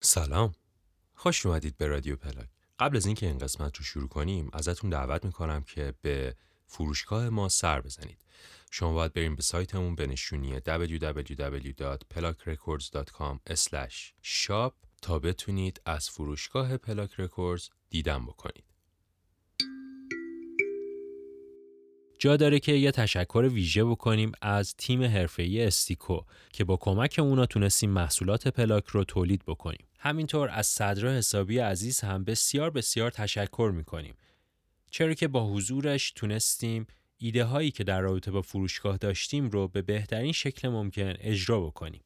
سلام، خوش اومدید به رادیو پلاک. قبل از اینکه این قسمت رو شروع کنیم ازتون دعوت میکنم که به فروشگاه ما سر بزنید. شما باید بریم به سایتمون به نشونی www.pelakrecords.com/shop تا بتونید از فروشگاه پلاک رکوردز دیدن بکنید. جا داره که یه تشکر ویژه بکنیم از تیم حرفه‌ای استیکو که با کمک اونا تونستیم محصولات پلاک رو تولید بکنیم. همینطور از صدرا حسابی عزیز هم بسیار بسیار تشکر میکنیم. چرا که با حضورش تونستیم ایده هایی که در رابطه با فروشگاه داشتیم رو به بهترین شکل ممکن اجرا بکنیم.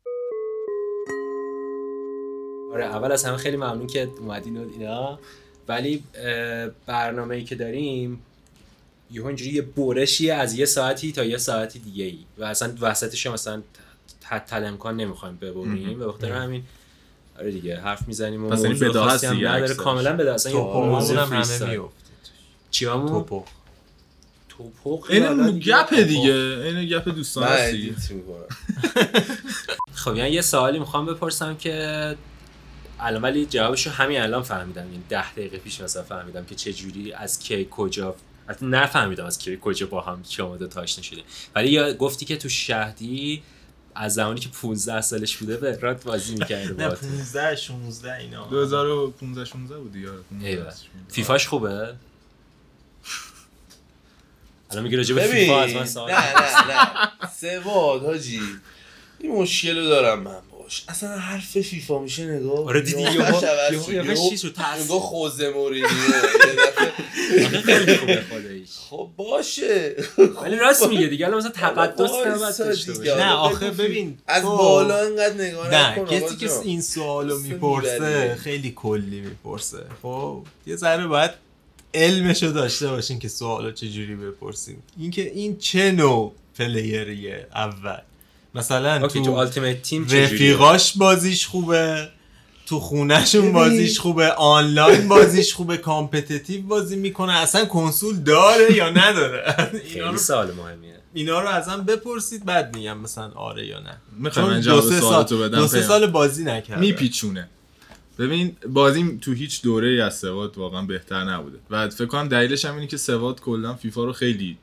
آره، اول از همه خیلی ممنون که اومدین و اینا، ولی برنامه‌ای که داریم یه اینجوری یه برشیه از یه ساعتی تا یه ساعتی دیگه ای و اصلا وسطش مثلا حتی امکان نمیخوایم ببریم، به خاطر همین آره دیگه حرف میزنیم و موضوع خاصی هم نداره، کاملا بده اصلا یه موضوع هم همه میفته. چیامون توپق اینه گپ دیگه، اینه گپ دوستان هستی. خب یه سوالی میخوام بپرسم که الان ولی جوابشو همین الان فهمیدم، یعنی 10 دقیقه پیش مثلا فهمیدم که چه جوری از کی کجا، حتی نفهمیدم از کی کجا با هم شما دو تا آشنا شدیم، ولی یا گفتی که تو شهدی از زمانی که 15 سالش بوده به رات بازی می‌کرده. نه 15 16 اینا 2015 16 بود دیگه. فیفاش خوبه؟ الان میگه راجع به فیفا از من سوال. نه سواد حاجی این مشکل رو دارم من باش، اصلا حرف فیفا میشه نگاه. آره دیدی یه چیزو نگاه خوزه مورینیو خیلی خوبه خداییش. خب باشه ولی راست میگه دیگه، الان مثلا تقدس نباید داشته باشه. نه آخه ببین از بالا اینقدر نگاه نکن. نه کسی که این سوالو میپرسه خیلی کلی میپرسه. خب یه ذره باید علمشو داشته باشین که سوالو چجوری بپرسین. اینکه این چه نوع پلیریه اول، مثلا تو التیمیت تیم رفیقاش بازیش خوبه، تو خونهشون بازیش خوبه، آنلاین بازیش خوبه، کامپتیتیو بازی میکنه، اصلا کنسول داره یا نداره. خیلی سوال مهمیه. اینا رو ازم بپرسید بعد میگم مثلا آره یا نه. میخوام جواب سوالتو بدم. 2-3 سال بازی نکردم. میپیچونه. ببین بازیم تو هیچ دوره‌ای از سواد واقعا بهتر نبوده و فکر کنم دلیلش هم اینه که سواد کلا فیفا رو خیلی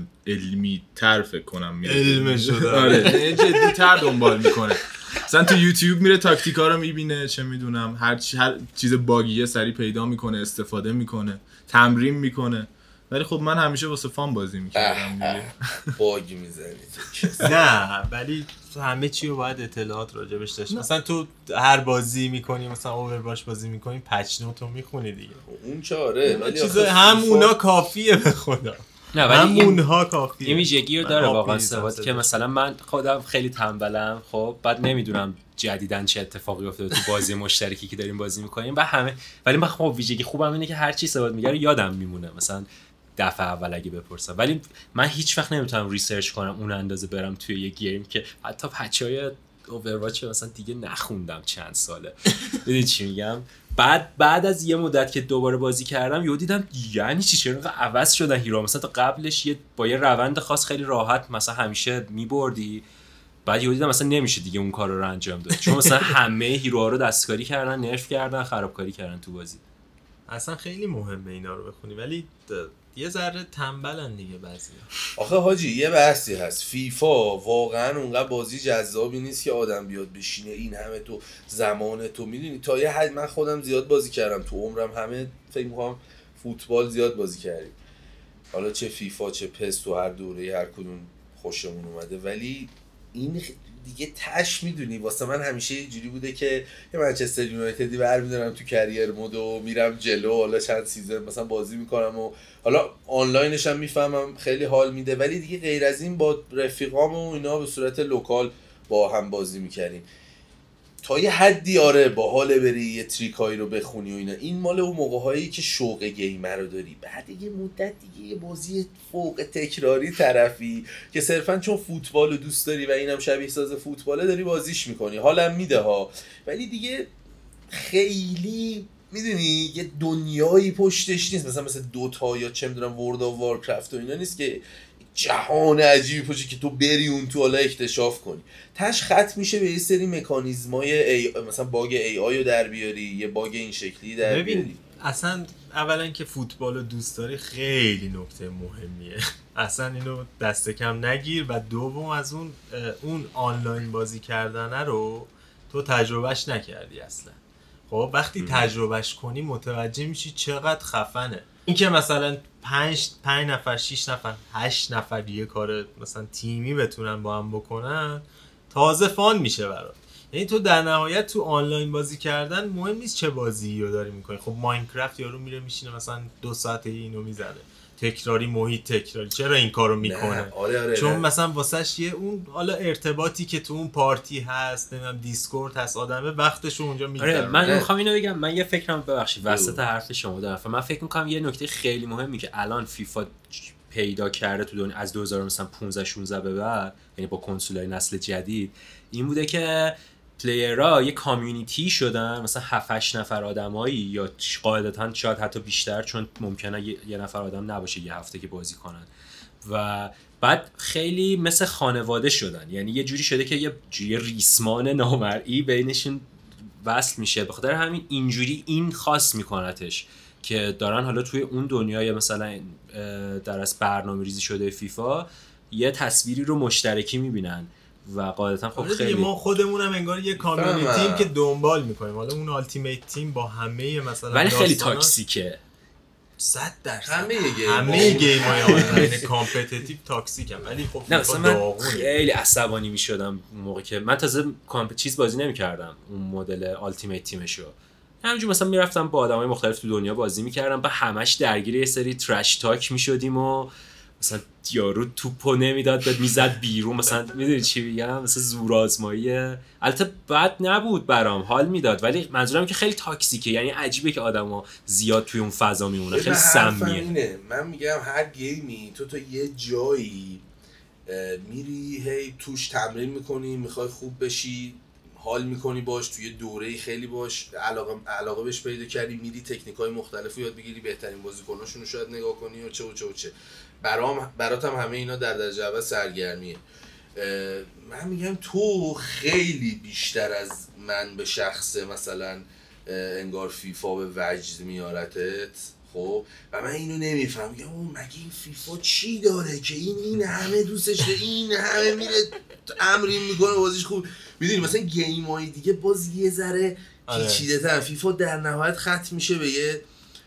علمی تر فکر کنم میره. علم شده. آره جدی تر دنبال میکنه. مثلا تو یوتیوب میره تاکتیکا رو میبینه، چه میدونم هر چیز باگیه سری پیدا میکنه، استفاده میکنه، تمرین میکنه. ولی خب من همیشه واسه فان بازی میکردم دیگه. باگ میزنید نه ولی همه چی رو باید اطلاعات راجبش داشت. مثلا تو هر بازی میکنی، مثلا اوورواچ بازی میکنی، پچ نوت رو میخونی دیگه. اون چه آره، ولی چیز همونا کافیه به خدا. نه ولی همونها کافیه. این ویژگی رو داره واقعا سواد که مثلا من خودم خیلی تنبلم، خب بعد نمیدونم جدیدن چه اتفاقی افتاده تو بازی مشترکی که داریم بازی میکنیم و همه، ولی من خب ویژگی خوبم اینه که هر چی سواد میگه رو یادم میمونه، مثلا دفعه اول اگه بپرسم. ولی من هیچ وقت نمیتونم ریسرچ کنم اون اندازه برم توی یه گیم که حتی پچای اوورواچ مثلا دیگه نخوندم چند ساله. دیدی چی میگم؟ بعد از یه مدت که دوباره بازی کردم یهو دیدم یعنی چی، چرا عوض شدن هیرو. مثلا تا قبلش با یه روند خاص خیلی راحت مثلا همیشه میبردی، بعد یهو دیدم مثلا نمیشه دیگه اون کار رو انجام داد، چون مثلا همه هیروها رو دستکاری کردن، نرف کردن، خرابکاری کردن تو بازی. اصلا خیلی مهمه اینا رو بخونی، ولی یه ذره تنبلن دیگه بعضیا. آخه حاجی یه بحثی هست، فیفا واقعا اونقدر بازی جذابی نیست که آدم بیاد بشینه این همه تو زمان تو میدونی تا یه حد. من خودم زیاد بازی کردم تو عمرم، همه فکر می‌کنم فوتبال زیاد بازی کردیم، حالا چه فیفا چه پس، تو هر دوره هر کدوم خوشمون اومده، ولی این دیگه تش میدونی واسه من همیشه یه جوری بوده که یه منچستر یونایتدی برمی‌دارم تو کریر مود و میرم جلو، حالا چند سیزن مثلا بازی میکنم و حالا آنلاینش هم میفهمم خیلی حال میده، ولی دیگه غیر از این با رفیقام و اینا به صورت لوکال با هم بازی میکردیم تا یه حدی. آره با حال بری یه تریکایی رو بخونی و اینا. این مال اون موقع‌هایی که شوق گیمر رو داری، بعد یه مدت دیگه یه بازی فوق تکراری طرفی که صرفا چون فوتبال رو دوست داری و اینم شبیه ساز فوتباله داری بازیش میکنی، حالم میده ها، ولی دیگه خیلی میدونی یه دنیایی پشتش نیست، مثلا مثل دوتا یا چه میدونم ورلد آف وارکرافت و اینا نیست که جهان عجیبی باشه که تو بری اون تو حالا اکتشاف کنی. تاش ختم میشه به یه سری مکانیزمای مثلا باگ ای آی رو در بیاری، یه باگ این شکلی در بیاری. اصلا اولا که فوتبال رو دوست داری خیلی نکته مهمیه، اصلا اینو دست کم نگیر. و دوم از اون آنلاین بازی کردن رو تو تجربهش نکردی اصلا. خب وقتی تجربهش کنی متوجه میشی چقدر خفنه. اینکه مثلا 5 نفر 6 نفر 8 نفر یه کار مثلا تیمی بتونن با هم بکنن تازه فان میشه برات. یعنی تو در نهایت تو آنلاین بازی کردن مهم نیست چه بازی رو داری میکنی. خب ماینکرافت یارو میره میشینه مثلا 2 ساعت اینو میزنه، تکراری محیط تکراری، چرا این کارو میکنه؟ آره چون مثلا واسش یه اون حالا ارتباطی که تو اون پارتی هست، نمیدونم دیسکورد هست، آدمه وقتشو اونجا میذاره. من میخوام اینو بگم، من یه فکرم ببخشید وسط حرف شما دارم. من فکر میکنم یه نکته خیلی مهمی که الان فیفا پیدا کرده تو دنیا از 2015 16 به بعد، یعنی با کنسولای نسل جدید، این بوده که پلیرها یه کامیونیتی شدن، مثلا 7-8 نفر آدمایی یا قاعدتاً شاید حتی بیشتر، چون ممکنه یه نفر آدم نباشه یه هفته که بازی کنن، و بعد خیلی مثل خانواده شدن. یعنی یه جوری شده که یه ریسمان نامرئی بینشون وصل میشه. به خاطر همین اینجوری این خاص میکنتش که دارن حالا توی اون دنیای مثلا در از برنامه‌ریزی شده فیفا یه تصویری رو مشترکی میبینن و قاعدتا خب خیلی ما خودمونم انگار یه کامیونیتیم که دنبال میکنیم. حالا اون التیمیت تیم با همه مثلا ولی خیلی تاکسیکه 100%. همه گیم‌های آنلاین کامپتیتیو تاکسیکن. ولی خب نه مثلا من خیلی عصبانی میشدم اون موقع که من تازه چیز بازی نمیکردم، اون مدل التیمیت تیمشو همینجوری مثلا میرفتم با آدمای مختلف تو دنیا بازی میکردم، با همش درگیر یه سری ترش تاک میشدیم و مثلا یارو توپو نمیداد بعد میزد بیرون، مثلا میدونی چی میگم، مثلا زورآزمایی. البته بد نبود برام، حال میداد، ولی منظورم که خیلی تاکسیکه. یعنی عجیبه که آدما زیاد توی اون فضا میمونه، خیلی سمیه. من میگم هر گیمی تو یه جایی میری هی توش تمرین میکنی، میخوای خوب بشی، حال میکنی باش، توی دوره‌ای خیلی باش علاقه بهش پیدا کردی، میری تکنیک‌های مختلفو یاد بگیری، بهترین بازیکناشون رو شاید نگاه کنی و چه براتم همه اینا در درجه اول سرگرمیه. من میگم تو خیلی بیشتر از من به شخص مثلا انگار فیفا به وجد میارتت. خب و من اینو نمیفهم، میگم مگه این فیفا چی داره که این همه دوستش داره، این همه میره تمرین میکنه بازیش خوب. میدونی مثلا گیم‌های دیگه باز یه ذره پیچیده‌تر، فیفا در نهایت ختم میشه به یه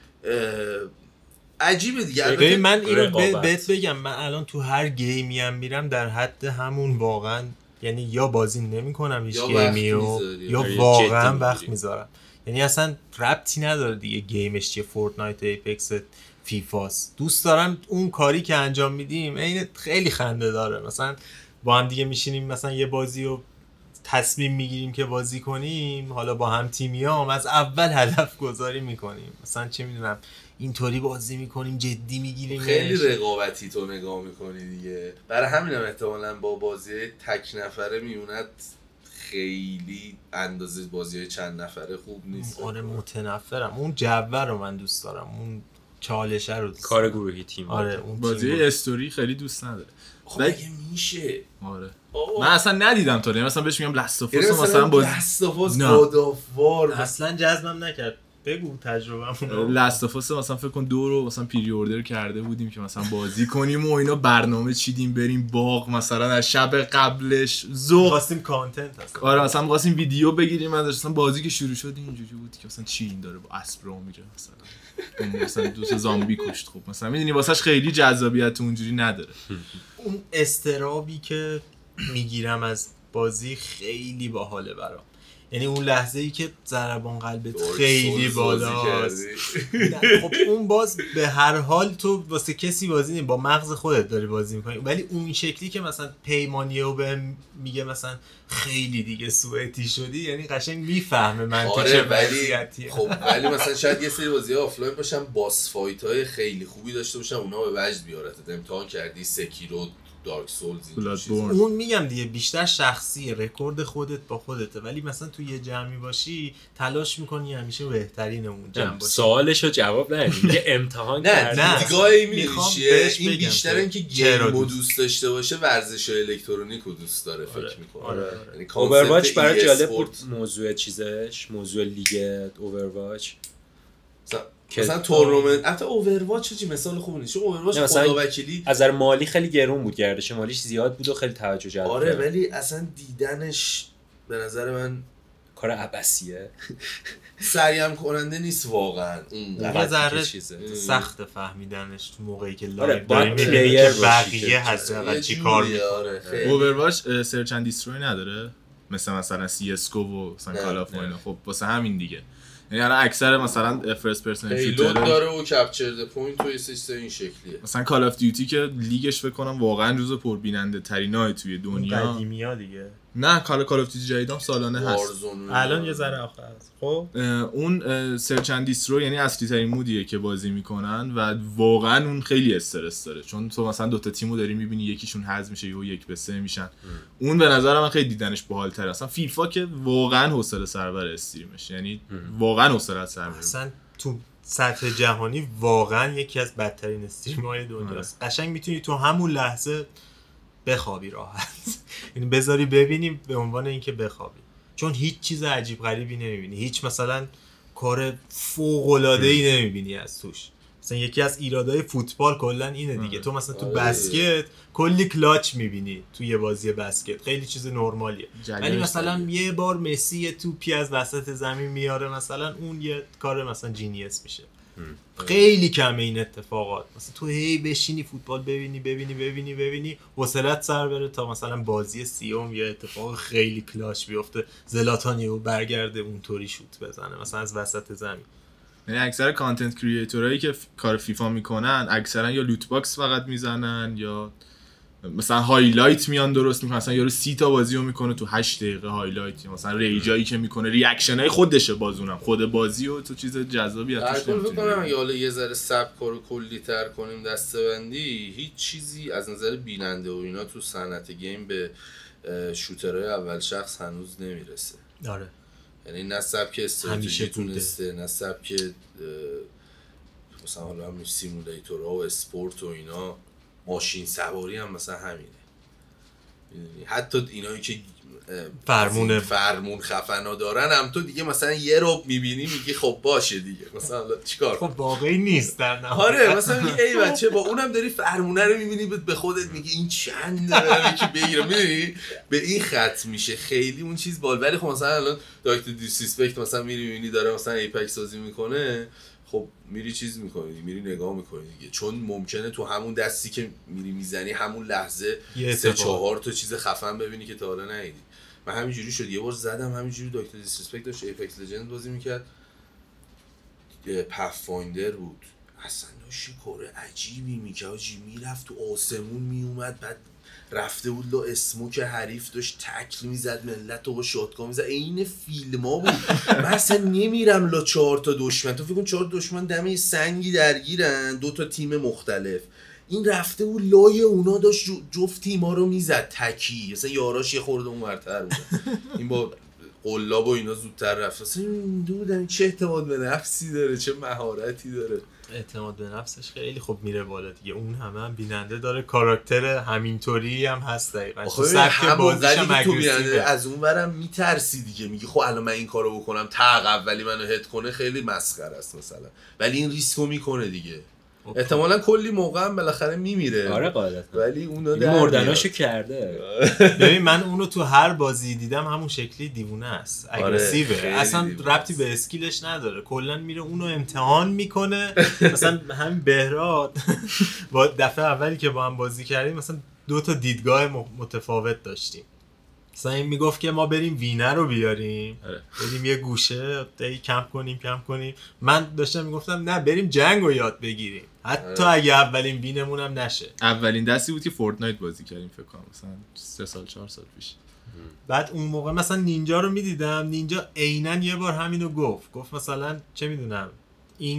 عجیبه دیگه. من اینو بهت بگم، من الان تو هر گیمی هم میرم در حد همون واقعا، یعنی یا بازی نمی‌کنم هیچ گیمی یا واقعا وقت میذارم. یعنی اصلا ربطی نداره دیگه گیمش چیه، فورتنایت، ایپکس، فیفاست. دوست دارم اون کاری که انجام میدیم این خیلی خنده داره. مثلا با هم دیگه میشینیم مثلا یه بازی رو تصمیم میگیریم که بازی کنیم، حالا با هم تیمیام از اول هدف گذاری میکنیم، مثلا چه میدونم اینطوری بازی میکنیم، جدی میگیریم، خیلی رقابتی تو نگاه میکنی دیگه. برای همینم احتمالاً با بازی تک نفره میونت خیلی اندازه بازی‌های چند نفره خوب نیست. آره متنفرم، اون جوه رو من دوست دارم، اون چالشه رو دوست کار گروهی تیم. آره اون بازی استوری خیلی دوست نداره. خب اگه میشه. آره من اصلا ندیدم تو، مثلا بهش میگم لاستافوس مثلا بازی لاستافوس گادافوار اصلا جذبم نکرد. بگو تجربه‌مون. لاستافوس مثلا فکر کن 2 رو مثلا پری اوردر کرده بودیم که مثلا بازی کنیم و اینا، برنامه چیدیم بریم باغ مثلا از شب قبلش خواستیم کانتنت هست. آره مثلا خواستیم ویدیو بگیریم ازش. مثلا بازی که شروع شد اینجوری بود که مثلا چی این داره با اسب راه میره، مثلا 2 زامبی کشت. خب مثلا میدونی واسش خیلی جذابیت اونجوری نداره. اون استرابی که میگیرم از بازی خیلی باحاله برام. یعنی اون لحظه‌ای که ضربان قلبت خیلی بالاست. خب اون باز به هر حال تو واسه کسی بازی نمی، با مغز خودت داری بازی می‌کنی، ولی اون شکلی که مثلا پیمانیو بهم میگه مثلا خیلی دیگه سوئتی شدی، یعنی قشنگ میفهمه من تو چه وضعیتیه. خب ولی مثلا شاید یه سری بازی‌ها آفلاین باشن، باس فایت‌های خیلی خوبی داشته باشن، اونا به وجد بیارتت. امتحان کردی سکیرو دارک سولز اون میگم دیگه بیشتر شخصیه، رکورد خودت با خودته، ولی مثلا تو یه جمعی باشی تلاش میکنی همیشه بهترین اون جمع باشی. سوالشو جواب ندادی میگه امتحان کردی. نه دیگاه میشه این بگم بیشتر اینکه گیمو دوست داشته باشه ورزش الکترونیک رو دوست داره فکر میکنه. یعنی اوورواچ برای جالب بود موضوع چیزش، موضوع لیگ اوورواچ مثلا تورنمنت. البته اوورواچ چه مثال خوبی نیست، چون اوورواچ خداوکیلی از نظر مالی خیلی گرون بود، گردش مالیش زیاد بود و خیلی توجه جلب کرد. آره ولی اصلا دیدنش به نظر من کار عبثیه، سرگرم کننده نیست واقعا. یه ذره سخت فهمیدنش تو موقعی که لایو داریم میبینی که بقیه حداقل چی کار میکنه. اوورواچ سرچ اند دیستروی نداره مثلا CS:GO و مثلا کال آف اینا. خب واسه همین دیگه، یعنی الان اکثر مثلا فرست پرسن شوتر داره و کپچر د پوینت و این شکلیه. مثلا کال آف دیوتی که لیگش فکر کنم واقعا جزو پربیننده ترینای توی دنیا. قدیمی‌ها دیگه. نه کال آف دیوتی جدیدم سالانه هست. الان یه ذره آخر هست. خب اون سرچ اند دیسترو یعنی اصلی ترین مودیه که بازی میکنن و واقعا اون خیلی استرس داره، چون تو مثلا دوتا تیمو داری میبینی یکیشون حذف میشه یا 1-3 میشن. اون به نظر من خیلی دیدنش باحال‌تره. اصلا فیفا که واقعا حوصله سربر استریمش، یعنی واقعا حوصله سربر. اصلا تو سطح جهانی واقعا یکی از بدترین استریم‌های دنیاست. قشنگ میتونی تو همون لحظه بخوابی راحت. یعنی بذاری ببینیم به عنوان اینکه بخوابی، چون هیچ چیز عجیب غریبی نمیبینی، هیچ مثلا کار فوق‌العاده‌ای نمیبینی از توش. مثلا یکی از ایرادای فوتبال کلا اینه دیگه، تو مثلا تو بسکت کلی کلاچ میبینی تو یه بازی بسکت، خیلی چیز نرمالیه، ولی مثلا یه بار مسی یه توپی از وسط زمین میاره، مثلا اون یه کار مثلا جینیس میشه. خیلی کمه این اتفاقات. مثلا تو هی بشینی فوتبال ببینی حوصله‌ات سر بره تا مثلا بازی سیوم یه اتفاق خیلی کلاش بیفته، زلاتان یهو برگرده اونطوری شوت بزنه مثلا از وسط زمین. یعنی اکثر کانتنت کریئتورایی که کار فیفا میکنن اکثرا یا لوت باکس فقط میزنن یا مثلا هایلایت میان درست میکنن. مثلا یارو 30 تا بازیو میکنه تو 8 دقیقه هایلایت، مثلا ریجایی که میکنه ریاکشنای خودشه، بازونم خود بازیو تو چیز جذابی ازش نمیتونه. اگه حالا یه ذره سبک رو کلی‌تر کنیم دسته‌بندی، هیچ چیزی از نظر بیننده و اینا تو صنعت گیم به شوترهای اول شخص هنوز نمیرسه. آره یعنی نه سبک استراتژی تونسته، نه سبک مثلا حالا هم سیمولیتورها و اسپورت و اینا، ماشین سواری هم مثلا همینه. حتی اینایی که فرمون خفنا دارن هم تو دیگه مثلا یه رو میبینی میگی خب باشه دیگه، مثلا چیکار خب واقعی نیست در نهایت. آره مثلا میگی ای بچه با اونم داری فرمونه رو میبینی به خودت میگی این چند داره که بگیره، میدونی به این خط میشه خیلی اون چیز بال. ولی خب مثلا الان دایرکت دیسریسپکت مثلا میری میبینی داره مثلا ایپک سازی میکنه، خب میری چیز میکنی، میری نگاه میکنی دیگه، چون ممکنه تو همون دستی که میری میزنی همون لحظه 3-4 تا چیز خفن ببینی که تا حالا ندیدی. من همینجوری شد یه بار زدم، همینجوری دکتر دیسریسپکت داشت ایپکس لجند بازی میکرد، پثفایندر بود، اصلا داشت کار عجیبی میکرد، میرفت تو آسمون میومد، بعد رفته بود لا اسموک حریف داشت تکل میزد ملت رو با شاتگان میزد، این فیلم ها بود. من اصلا نمیرم لا 4 تا دشمن، تو فکر کن 4 دشمن دمه سنگی درگیرن، 2 تا تیم مختلف، این رفته بود لای اونا داشت جفت تیما رو میزد تکی، اصلا یاراش یه خورده اونورتر بود، این با قلاب و اینا زودتر رفت. اصلا دودم چه اعتماد به نفسی داره، چه مهارتی داره، اعتماد به نفسش خیلی خوب میره بالا دیگه. اون هم بیننده داره، کاراکتر همینطوری هم هست دقیقاً. تو سبک بازیش هم اگریسیوه، از اون ورم میترسی دیگه، میگی خب الان من این کارو بکنم تا اولی منو هد کنه خیلی مسخره است مثلا، ولی این ریسکو میکنه دیگه. احتمالاً کلی موقع هم بالاخره میمیره. آره قاعدتا، ولی اونا مردناشو کرده. ببین من اونو تو هر بازی دیدم همون شکلی دیوونه است، اگریسیوه. اصلا ربطی به اسکیلش نداره، کلا میره اونو امتحان میکنه. مثلا همین بهراد با دفعه اولی که با هم بازی کردیم مثلا 2 تا دیدگاه متفاوت داشتیم. مثلا این میگفت که ما بریم وینر رو بیاریم، بریم یه گوشه کمپ کنیم. من داشتم میگفتم نه بریم جنگ رو یاد بگیریم، حتی اگه اولین وینمون هم نشه. اولین دستی بود که فورتنایت بازی کردیم فکر کنم مثلا 3 سال 4 سال پیش. بعد اون موقع مثلا نینجا رو میدیدم، نینجا عیناً یه بار همینو گفت مثلا چه میدونم این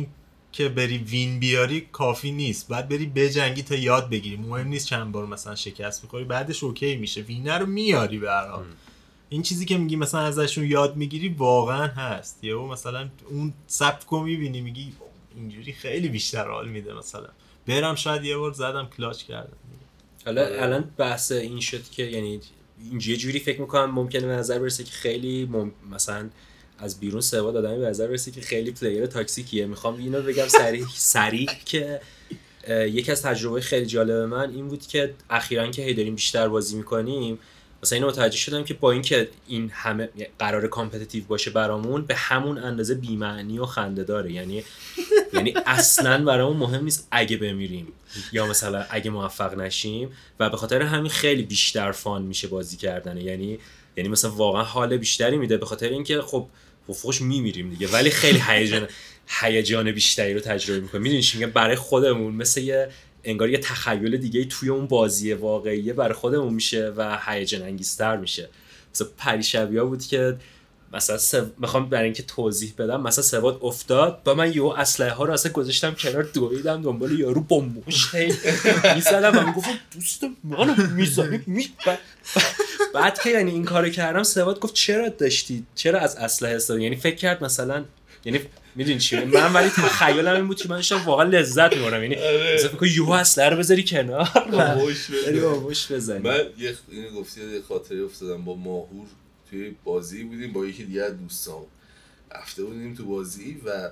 که بری وین بیاری کافی نیست، باید بری بجنگی تا یاد بگیری. مهم نیست چند بار مثلا شکست می‌خوری، بعدش اوکی میشه، وینر رو میاری به هر حال. این چیزی که میگی مثلا ازشون یاد میگیری واقعا هست. یا مثلا اون سبکو میبینی میگی اینجوری خیلی بیشتر حال میده. مثلا برم شاید یه بار زدم کلاچ کردم. حالا الان بحث این شد که یعنی یه جوری فکر میکنم ممکنه به نظر برسه که خیلی مثلا از بیرون سواد آدمی به نظر برسه که خیلی پلیر تاکسیکیه. میخوام اینو بگم سریع که یکی از تجربه خیلی جالب من این بود که اخیراً که هی داریم بیشتر بازی میکنیم مثلا اینو متوجه شدم که با اینکه این همه قرار کامپتیتیو باشه برامون به همون اندازه بی‌معنی و خنده داره. یعنی اصلاً برامون مهم نیست اگه بمیریم یا مثلا اگه موفق نشیم و به خاطر همین خیلی بیشتر فان میشه بازی کردنه. یعنی مثلا واقعا حال بیشتری میده به خاطر اینکه خب فوقش میمیریم دیگه ولی خیلی هیجان بیشتری رو تجربه میکنیم. میدونی چی میگم؟ برای خودمون مثل انگار یه تخیل دیگه توی اون بازی واقعیه برای خودمون میشه و هیجان انگیزتر میشه. مثلا پریشبیا بود که مثلا میخوام برای اینکه توضیح بدم، مثلا سواد افتاد با من یهو اسلحه ها رو اصلا گذاشتم کنار، دویدم دنبال یارو با مشت میزدم و میگفتم دوست منو میزنی بعد که یعنی این کارو کردم سواد گفت چرا از اسلحه استفاده؟ یعنی فکر کرد مثلا یعنی میدونی چی من ولی تخیلم این بود که من داشتم واقعا لذت میبرم. یعنی مثلا فکر کنم یهو اسلحه رو بذاری کنار باش بزنی. من اینو گفتی یه خاطره افتادم با ماهور توی بازی بودیم با یکی دیگه از دوستام، رفته بودیم تو بازی و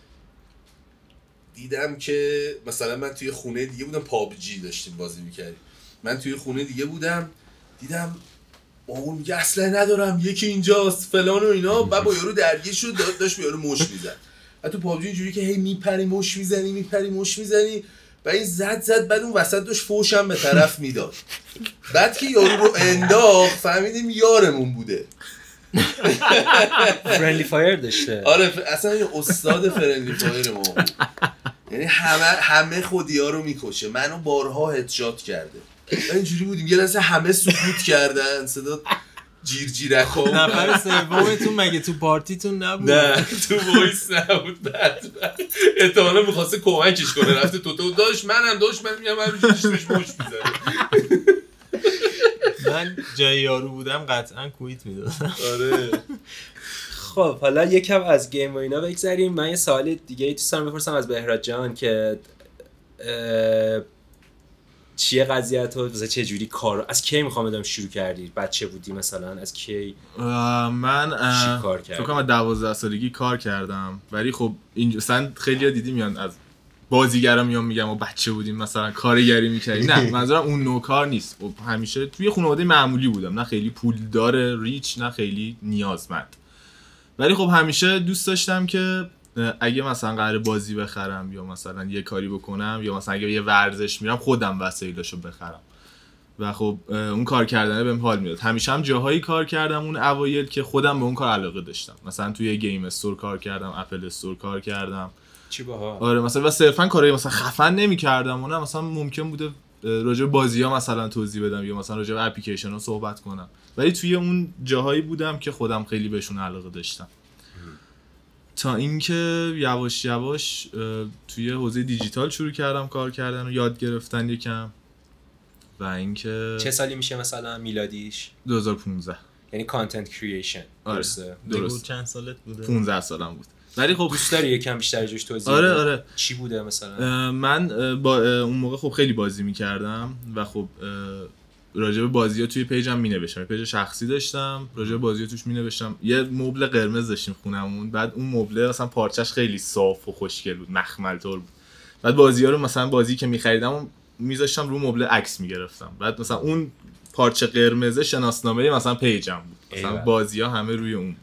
دیدم که مثلا من توی خونه دیگه بودم، پابجی داشتیم بازی میکردیم، من توی خونه دیگه بودم دیدم ماهور میگه اسلحه ندارم یکی اینجاست فلان و اینا و با یارو درگیر شد داشت یارو مش میزد و تو پابجی اینجوری که هی میپری مش میزنی و این زد بعد اون وسط داشت فوشم به طرف میداد. بعد که یارو رو انداخت فهمیدیم یارمون بوده. فرندلی فایر داشته. آره اصلا این استاد فرندلی فایر ما بود. یعنی همه خودیا رو میکشه. منو بارها هدشات کرده. اینجوری بودیم یه لحظه همه سکوت کردن، صدا جیرجیرک ها. نفر سومتون مگه تو پارتیتون نبود؟ نه تو وایس نبود. بعد احتمالا میخواسته کمکش کنه رفته تو داشت منم میگم همینجوریش مش میزنه. من جای یارو بودم قطعا کویت میدادم. آره. خب حالا یکم از گیم و اینا بگذریم. من یه سوال دیگه دوست دارم بپرسم از بهراد جان که چیه قضیه تو مثلا چه جوری کار از کی میخوام بدم شروع کردی؟ بچه بودی مثلا از کی؟ من کار کردی؟ فکر کنم 12 سالگی کار کردم ولی خب این مثلا خیلی‌ها دیدی میان از بازیگرا میگم و بچه بودیم مثلا کارگری می‌کردیم. نه منظورم اون نوع کار نیست. همیشه توی خانواده معمولی بودم، نه خیلی پولدار ریچ نه خیلی نیازمند، ولی خب همیشه دوست داشتم که اگه مثلا قرار بازی بخرم یا مثلا یه کاری بکنم یا مثلا اگه یه ورزش میرم خودم وسایلشو بخرم و خب اون کار کردنه بهم حال میداد. همیشه هم جاهایی کار کردم اون اوایل که خودم به اون کار علاقه داشتم، مثلا توی گیم استور کار کردم، اپل استور کار کردم. چی باحال. آره مثلا و صرفا کارهای مثلا خفن نمی‌کردم اونم مثلا ممکن بوده راجع به بازی‌ها مثلا توضیح بدم یا مثلا راجع به اپلیکیشن‌ها صحبت کنم، ولی توی اون جاهایی بودم که خودم خیلی بهشون علاقه داشتم تا اینکه یواش یواش توی حوزه دیجیتال شروع کردم کار کردن و یاد گرفتن یکم. و اینکه چه سالی میشه مثلا میلادیش؟ 2015. یعنی کانتنت کریشن. درست. چند سالت بوده؟ 15 سالم بود. ولی خب دوست داری یکم بیشتر جوش توضیح بدی؟ آره. چی بوده مثلا؟ من با اون موقع خب خیلی بازی می‌کردم و خب راجع به بازی‌ها توی پیجم می‌نوشتم. پیج شخصی داشتم، راجع به بازی‌ها توش می‌نوشتم. یه مبل قرمز داشتیم خونمون، بعد اون مبل مثلا پارچش خیلی صاف و خوشگل بود، مخمل طور بود. بعد بازی‌ها رو مثلا بازی که می‌خریدم می‌ذاشتم رو مبل عکس می‌گرفتم. بعد مثلا اون پارچه قرمز شناسنامه مثلا پیجم بود. مثلا بازی‌ها همه روی اون بود.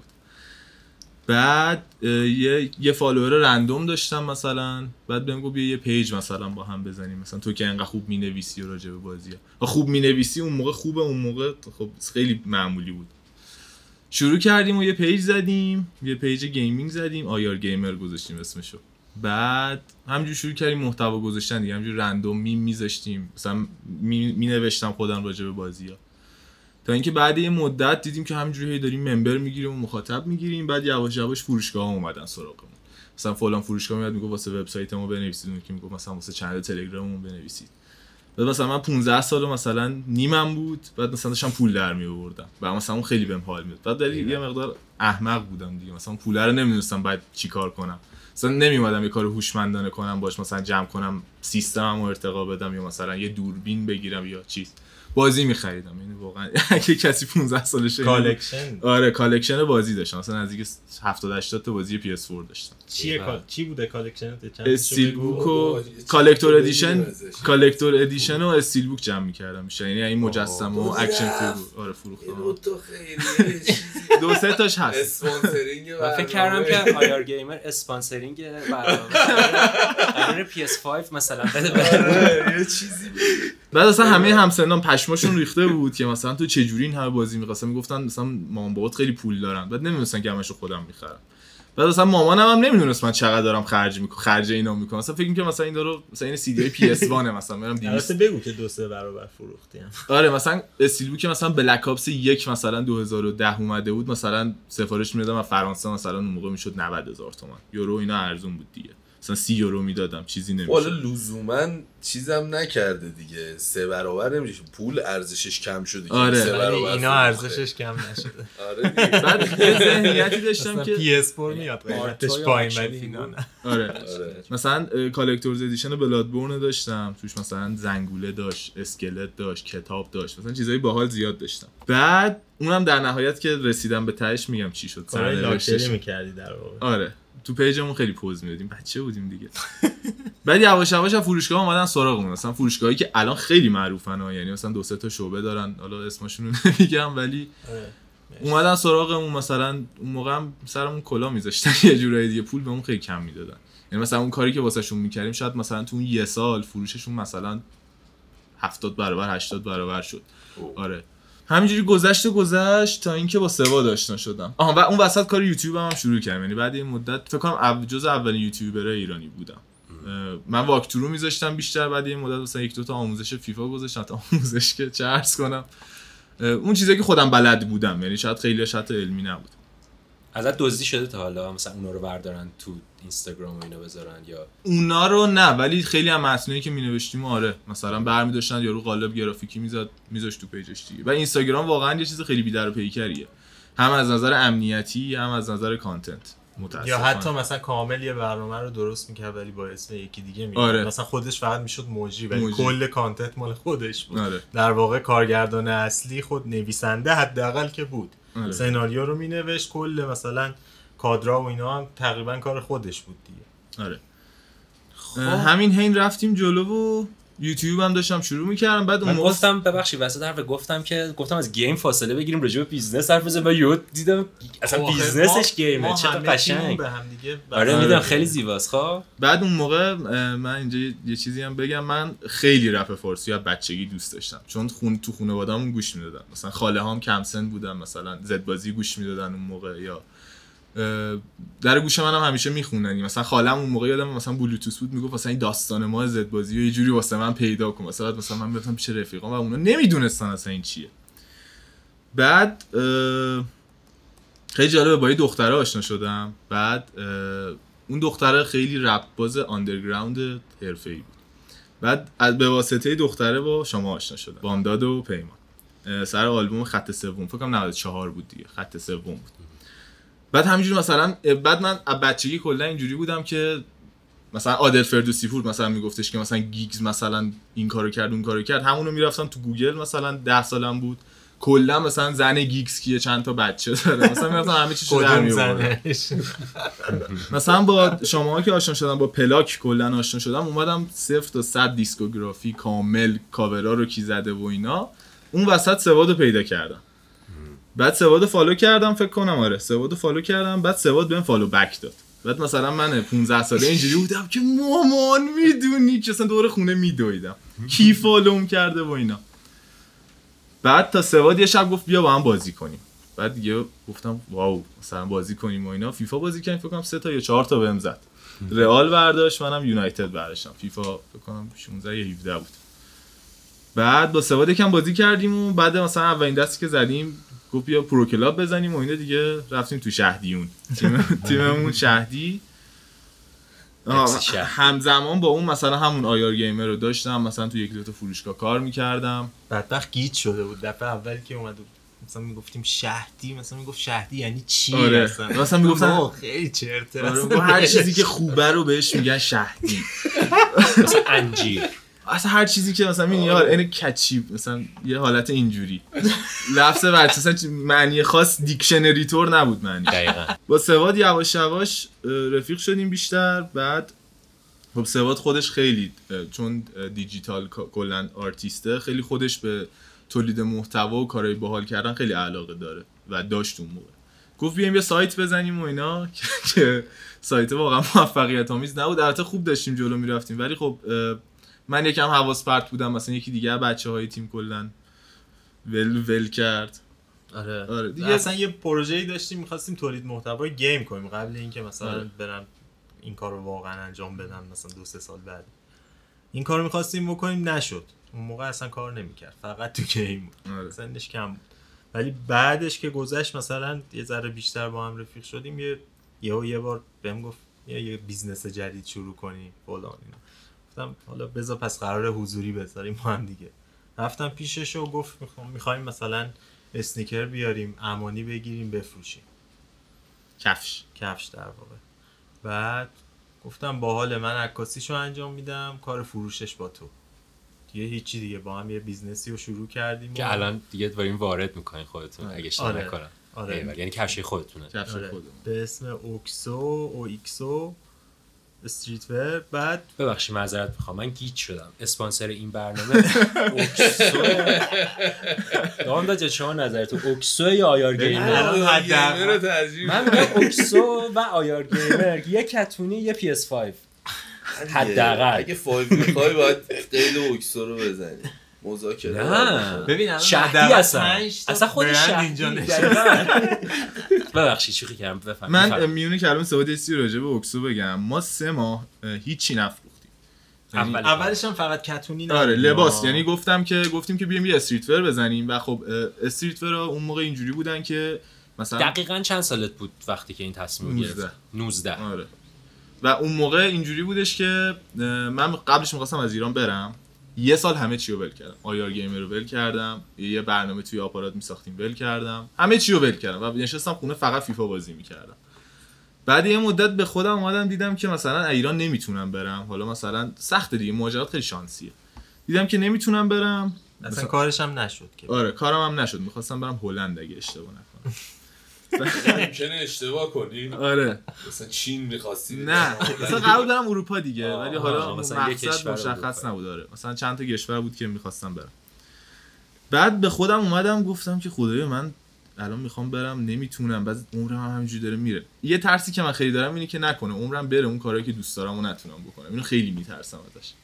بعد یه فالوور رندوم داشتم مثلا، بعد بهم گفت یه پیج مثلا با هم بزنیم، مثلا تو که انقدر خوب مینویسی راجع به بازی‌ها و خوب مینویسی اون موقع خوبه، اون موقع خب خیلی معمولی بود. شروع کردیم و یه پیج زدیم، یه پیج گیمینگ زدیم، آیار گیمر گذاشتیم اسمشو. بعد همینجوری شروع کردیم محتوا گذاشتن دیگه، همینجوری رندوم میذاشتیم، مثلا مینوشتم خودم راجع به بازی‌ها، تا اینکه بعد یه مدت دیدیم که همینجوری داریم ممبر میگیریم و مخاطب میگیریم. بعد یواش یواش فروشگاه‌ها اومدن سراغمون مثلا فلان فروشگاه میاد میگه واسه وبسایت ما بنویسید، اون که میگه مثلا واسه چنل تلگراممون بنویسید. بعد مثلا من 15 سال مثلا نیمم بود، بعد مثلا داشتم پول در می آوردم و مثلا اون خیلی بهم حال میداد. بعد در یه مقدار احمق بودم دیگه، مثلا پول رو نمیدونستم بعد چیکار کنم، مثلا نمیومدم یه کار هوشمندانه کنم باش، مثلا جمع کنم سیستممو ارتقا بدم یا مثلا یه دوربین بگیرم یا چیز، بازی می‌خریدم. یعنی واقعا اگه کسی 15 سالشه کالکشن، آره کالکشن بازی داشتم، مثلا نزدیک 70 80 تا بازی PS4 داشتم. چی بوده کالکشن؟ استیل بوک و کالکتور ادیشن و استیل بوک جمع می‌کردم میشه، یعنی این مجسمه و اکشن فیگور آره فروختم. تو خیلی دو سه تاش هست. اسپانسرینگ من فکر کردم که آیار گیمر اسپانسرینگ برنامه قرار PS5 مثلا بده یه چیزی. بعد اصلا همه همسنان پشماشون ریخته بود که مثلا تو چه جوری این همه بازی می‌خواستن، میگفتن مثلا مامان بابات خیلی پول دارن، بعد نمی‌دونستن که همشو خودم می‌خرم. بعد مثلا مامانم هم نمی‌دونست من چقدر دارم خرج اینا می‌کنم، مثلا فکر می‌کنم مثلا این دارو مثلا این سی دی PS1 مثلا میرم 200 بگو که 2-3 برابر فروختیم. آره مثلا استیل بوک مثلا بلک آپس 1 مثلا 2010 اومده بود، مثلا سفارش میدادم از فرانسه، مثلا اون موقع میشد 90,000 تومان. یورو اینا ارزون بود دیگه، مثلا 30 یورو میدادم چیزی نمیشه. والا لزوما چیزم نکرده دیگه، 3 برابر نمیشه، پول ارزشش کم شده که آره. 3 برابر اینا ارزشش کم نشده. آره دیگه. بعد یه ذهنیتی داشتم که PS4 میاد قیمتش پایین ولی اینا نه. آره مثلا کالکتورز ادیشن بلادبورن داشتم، توش مثلا زنگوله داشت، اسکلت داشت، کتاب داشت، مثلا چیزای باحال زیاد داشتم. بعد اونم در نهایت که رسیدم به تهش میگم چی شد، لاکچری می‌کردی در واقع. آره تو پیجمون خیلی پوز میدادیم، بچه بودیم دیگه. بعد یواش یواش فروشگاه اومدن سراغمون، مثلا فروشگاهایی که الان خیلی معروفن ها، یعنی مثلا 2-3 تا شعبه دارن، حالا اسمشون رو نمیگم، ولی اومدن سراغمون. مثلا اون موقع هم سرمون کلا میذاشتن یه جورایی دیگه، پول بهمون خیلی کم میدادن. یعنی مثلا اون کاری که واسهشون میکردیم شاید مثلا تو اون یه سال فروششون مثلا 70 برابر 80 برابر شد. آره همینجوری گذشت تا اینکه با سواد آشنا شدم. و اون وسط کار یوتیوب هم شروع کردم، یعنی بعد این مدت فکر کنم جزء اولین یوتیوبرای ایرانی بودم. من واکتورو میذاشتم بیشتر، بعد این مدت مثلا 1-2 تا آموزش فیفا گذاشتم، تا آموزش که چه عرض کنم اون چیزایی که خودم بلد بودم، یعنی شاید خیلیش حتی علمی نبود. ازت دزدی شده تا حالا مثلا اونا رو بردارن تو اینستاگرام و اینا بذارن یا اونا رو نه، ولی خیلی هم متنایی که می‌نوشتیم آره مثلا برمی داشتن یارو قالب گرافیکی میذاشت تو پیجش دیگه. و اینستاگرام واقعا یه چیز خیلی بی‌در و پیکریه، هم از نظر امنیتی هم از نظر کانتنت. یا حتی مثلا کامل یه برنامه رو درست می‌کرد ولی با اسم یکی دیگه می‌گفت. آره. مثلا خودش فقط میشد موجی ولی کل کانتنت مال خودش بود. آره. در واقع کارگردان اصلی خود نویسنده حداقل که بود. آره. سناریو رو مینوشت، کل مثلا کادرها و اینا هم تقریبا کار خودش بود دیگه. آره. همین هین رفتیم جلو و یوتیوب هم داشتم شروع می‌کردم. بعد اون موقع گفتم ببخشید وسط حرف گفتم از گیم فاصله بگیریم راجع به بیزنس حرف بزنیم و یهو دیدم اصلا بیزنسش گیمه، چه قشنگ. آره میدونم خیلی زیباست. خب بعد اون موقع من اینجا یه چیزی هم بگم، من خیلی رپ فارسی از بچگی دوست داشتم، چون تو خانواده‌مون گوش میدادن، مثلا خاله‌هام کم سن بودن، مثلا زد بازی گوش میدادن اون موقع، یا در گوش منم همیشه میخوندن. مثلا خالم اون موقع یادم مثلا بلوتوث بود میگفت مثلا این داستان ما زد بازی رو یه جوری واسه من پیدا کن، مثلا من میرفتم پیش رفیقام و اونا نمیدونستن اصلا این چیه. بعد خیلی جالبه با یه دختره آشنا شدم. بعد اون دختره خیلی رپ باز آندرگراوند حرفه‌ای بود. بعد به واسطه دختره با شما آشنا شدم، بامداد و پیمان، سر آلبوم خط سوم فکر کنم 94 بود دیگه، خط سوم بود. بعد همینجوری مثلا بعد من از بچگی کلا اینجوری بودم که مثلا عادل فردوسی پور مثلا میگفتش که مثلا گیگز مثلا این کارو کرد اون کارو کرد، همونو میرفتم تو گوگل، مثلا 10 سالم بود کلا مثلا زن گیگز کیه، چند تا بچه داره، مثلا میرفتم همه چیزو در میآوردم. مثلا با شماها که آشنا شدم، با پلاک کلا آشنا شدم، اومدم 0 تا 100 دیسکوگرافی کامل، کاورا رو کی زده و اینا، اون وسط سوادو پیدا کردم. بعد سواد فالو کردم، فکر کنم آره سواد فالو کردم، بعد سواد بهم فالو بک داد. بعد مثلا من 15 ساله اینجوری بودم که مامان میدونی که اصلا دور خونه میدویدم کی فالوم کرده و اینا. بعد تا سواد یه شب گفت بیا با هم بازی کنیم. بعد دیگه گفتم واو مثلا بازی کنیم و اینا. فیفا بازی کردیم، فکر کنم 3 تا یا 4 تا بهم زد. رئال برداشت، منم یونایتد برداشتم. فیفا فکر کنم 16 یا 17 بود. بعد با سواد یکم بازی کردیم و بعد مثلا اولین دستی که زدیم گفت بیا پرو کلاب بزنیم و اینا دیگه. رفتیم تو شهدیون، تیممون شهدی. همزمان با اون مثلا همون آیار گیمر رو داشتم، مثلا تو یک دو تا فروشگاه کار میکردم. بدبخت گیج شده بود دفعه اولی که اومد مثلا میگفتیم شهدی، مثلا میگفت شهدی یعنی چی؟ آره. مثلا میگفتن خیلی چرته. آره. هر چیزی که خوبه رو بهش میگن شهدی. مثلا انجیر، اصلا هر چیزی که مثلا میگن این کچیپ، مثلا یه حالت اینجوری لفظ ورچ مثلا معنی خاص دیکشنری تور نبود معنی. دقیقاً. با سواد یواش یواش رفیق شدیم بیشتر. بعد خب سواد خودش خیلی چون دیجیتال کلا آرتیسته، خیلی خودش به تولید محتوا و کارهای باحال کردن خیلی علاقه داره و داشت اون موقع. گفت بیایم یه سایت بزنیم و اینا که سایت واقعا موفقیت آمیز نبود. البته خوب داشتیم جلو میرفتیم، ولی خب من یکم حواس پرت بودم، مثلا یکی دیگه بچه‌های تیم کلا ول کرد. آره دیگه. اصلا یه پروژه‌ای داشتیم می‌خواستیم تولید محتوای گیم کنیم قبل اینکه مثلا برم این کارو واقعا انجام بدم، مثلا 2-3 سال بعد این کارو می‌خواستیم بکنیم، نشد. اون موقع اصلا کار نمی‌کرد، فقط تو گیم بود. سنش کم بود. ولی بعدش که گذشت مثلا یه ذره بیشتر با هم رفیق شدیم، یه بار بهم گفت یه بیزنس جدید شروع کنیم فلان اینا. گفتم حالا بذار پس قراره حضوری بذاریم با هم دیگه. رفتم پیشش و گفت می‌خوایم مثلا اسنیکر بیاریم، امانی بگیریم بفروشیم، کفش در واقع. بعد گفتم باحال، من عکاسیشو انجام میدم، کار فروشش با تو. دیگه هیچی دیگه، با هم یه بیزنسی رو شروع کردیم که الان دیگه دارین وارد میکنین خودتون اگه اشتباه نکنم. آره. یعنی کفش خودتونه. به اسم اوکسو استریت ویر. بعد ببخشید معذرت میخوام، من گیج شدم. اسپانسر این برنامه اوکسو. دامدا جان شما نظرتون اوکسو یا آیار گیمر؟ من میگم اوکسو و آیار گیمر، یه کتونی یه PS5 حداقل. اگه 5 میخوای باید قید اوکسو رو بزنی. مذاکره نه ببین شهدی اصلا خود شهدی. ببخشید شوخی کردم. بفهم. من میونه کلام سواد سی راجع به اوکسو بگم. ما 3 ماه هیچی نفروختیم. اولش هم فقط کتونی نه. آره لباس. یعنی گفتیم که بیایم یه استریت ویر بزنیم و خب استریت ویر اون موقع اینجوری بودن که مثلا دقیقاً چند سالت بود وقتی که این تصمیم گرفتی؟ 19. آره. و اون موقع اینجوری بودش که من قبلش می‌خواستم از ایران برم. یه سال همه چی رو ول کردم. آیار گیمر رو ول کردم، یه برنامه توی آپارات می‌ساختیم ول کردم، همه چی رو ول کردم و نشستم خونه فقط فیفا بازی می‌کردم. بعد یه مدت به خودم اومدم دیدم که مثلا ایران نمیتونم برم. حالا مثلا سخت دیگه، مهاجرت خیلی شانسیه. دیدم که نمیتونم برم. اصلا کارش هم نشد که. آره کارم هم نشد. می‌خواستم برم هلند اگه اشتباه نکنم. ممکنه اشتباه کنی. آره مثلا چین می‌خواستی؟ نه مثلا قرار دارم اروپا دیگه، ولی حالا مثلا یک مقصد مشخص نبود. آره مثلا چند تا کشور بود که می‌خواستم برم. بعد به خودم اومدم گفتم که خدایا من الان میخوام برم نمیتونم، بعد عمرم هم همینجوری داره میره. یه ترسی که من خیلی دارم اینه که نکنه عمرم بره اون کارهایی که دوست دارم و نتونم بکنم. اینو خیلی میترسم ازش.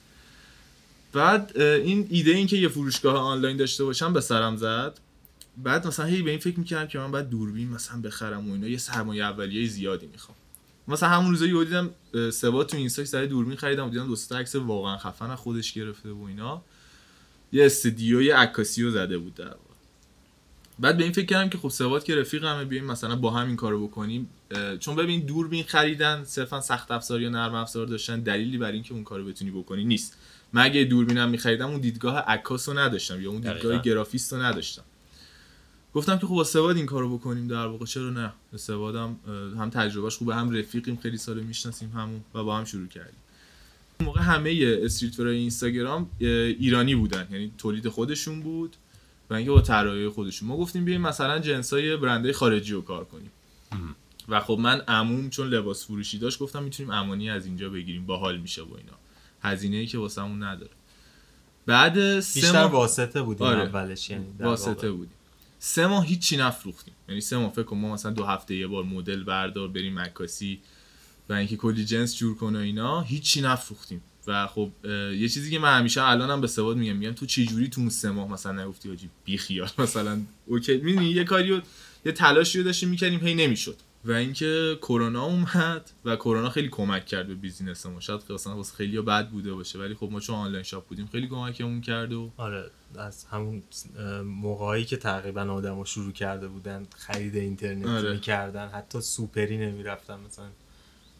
بعد این ایده این که یه فروشگاه آنلاین داشته باشم به سرم زد. بعد مثلا هی به این فکر میکردم که من باید دوربین مثلا بخرم و اینا، یه سرمایه اولیه زیادی میخوام. مثلا همون روزا یهو دیدم سبا تو اینستا سری دوربین خریدم و دیدم دو تا عکس واقعا خفن از خودش گرفته و اینا، یه استودیوی عکاسیو زده بود در واقع. بعد به این فکر کردم که خب سواد که رفیقمه، بیایم مثلا با هم این کارو بکنیم. چون ببین دوربین خریدن صرفا سخت افزار یا نرم افزار داشتن دلیلی برای اینکه اون کارو بتونی بکنی نیست. من اگه دوربینم می‌خریدم اون دیدگاه عکاسو نداشتم یا اون دیدگاه گرافیستو نداشتم. گفتم که خب با سواد این کارو بکنیم در واقع، چرا نه؟ به سوادم هم تجربهش خوبه، هم رفیقیم خیلی سال میشناسیم همون و با هم شروع کردیم. اون موقع همه استریت ورای اینستاگرام ایرانی بودن، یعنی تولید خودشون بود و اینکه با طراحی خودشون. ما گفتیم بیایم مثلا جنسای برندهای خارجی رو کار کنیم. و خب من عموم چون لباس فروشی داشت گفتم میتونیم امانی از اینجا بگیریم، باحال میشه با اینا، هزینه‌ای که واسمون نداره. بعد بیشتر واسطه بودیم. آره. اولش یعنی واسطه بودیم. 3 ماه هیچی نفروختیم. یعنی 3 ماه فکر کنم ما مثلا 2 هفته یه بار مدل بردار بریم عکاسی و اینکه کلی جنس جور کنه اینا، هیچی نفروختیم. و خب یه چیزی که من همیشه الانم به سواد میگم تو چه جوری تو اون 3 ماه مثلا نگفتی آجی بی خیال مثلا اوکی میدونی یه کاریو یه تلاشی رو داشتیم میکردیم هی نمیشد. و اینکه کرونا اومد و کرونا خیلی کمک کرد به بیزینس ما. شاید مثلا واسه خیلی‌ها بد بوده باشه ولی خب ما چون آنلاین شاپ بودیم خیلی کمکمون کرد. و آره از همون موقعی که تقریبا آدم‌ها شروع کرده بودن خرید اینترنتی می‌کردن، حتی سوپری نمی‌رفتن مثلا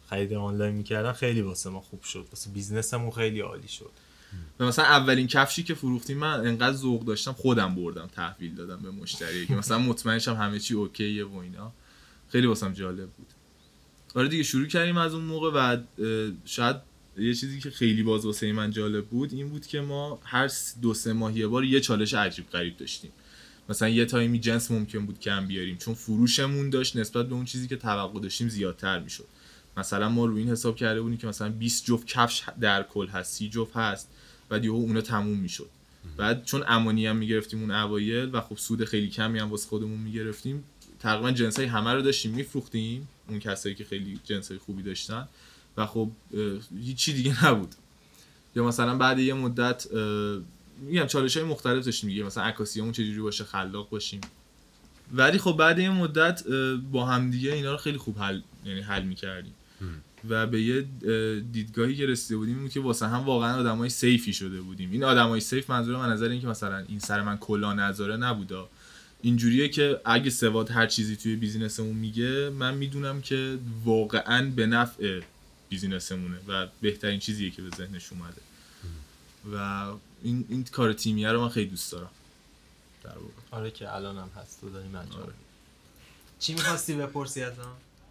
خرید آنلاین میکردن خیلی واسه ما خوب شد، واسه بیزنسمون خیلی عالی شد. مثلا اولین کفشی که فروختیم من انقدر ذوق داشتم خودم بردم تحویل دادم به مشتری که مثلا مطمئن شم همه چی اوکیه و اینا. خیلی واسم جالب بود. آره دیگه شروع کردیم از اون موقع و شاید یه چیزی که خیلی باز واسه من جالب بود این بود که ما هر 2-3 ماه یه بار یه چالش عجیب غریب داشتیم. مثلا یه تایمی جنس ممکن بود کم بیاریم چون فروشمون داشت نسبت به اون چیزی که توقع داشتیم زیادتر میشد. مثلا ما رو این حساب کرده بودیم که مثلا 20 جفت کفش در کل هست، 30 جفت هست، بعد یهو اونا تموم میشد. بعد چون امانی هم میگرفتیم اون اوایل و خب سود خیلی کمی هم واسه خودمون میگرفتیم، تقریبا جنسای همه رو داشتیم میفروختیم، اون کسایی که خیلی جنسای خوبی داشتن و خب هیچی دیگه نبود. یا مثلا بعد یه مدت میگم چالش‌های مختلف داشتیم دیگه، مثلا عکاسیامون چجوری باشه، خلاق باشیم. ولی خب بعد یه مدت با هم دیگه اینا رو خیلی خوب حل می‌کردیم و به یه دیدگاهی که رسیده بودیم این بود که واسه هم واقعا آدمای سیفی شده بودیم. این آدمای سیف منظور من نظر این که مثلا این سر من کلا نذاره نبودا، اینجوریه که اگه سواد هر چیزی توی بیزینسمون میگه من میدونم که واقعا به نفع بیزینسمونه و بهترین چیزیه که به ذهنش اومده و این کار تیمیه رو من خیلی دوست دارم در واقع. آره که الانم هست تو داریم انجام میدی. چی می‌خواستی بپرسی ازم؟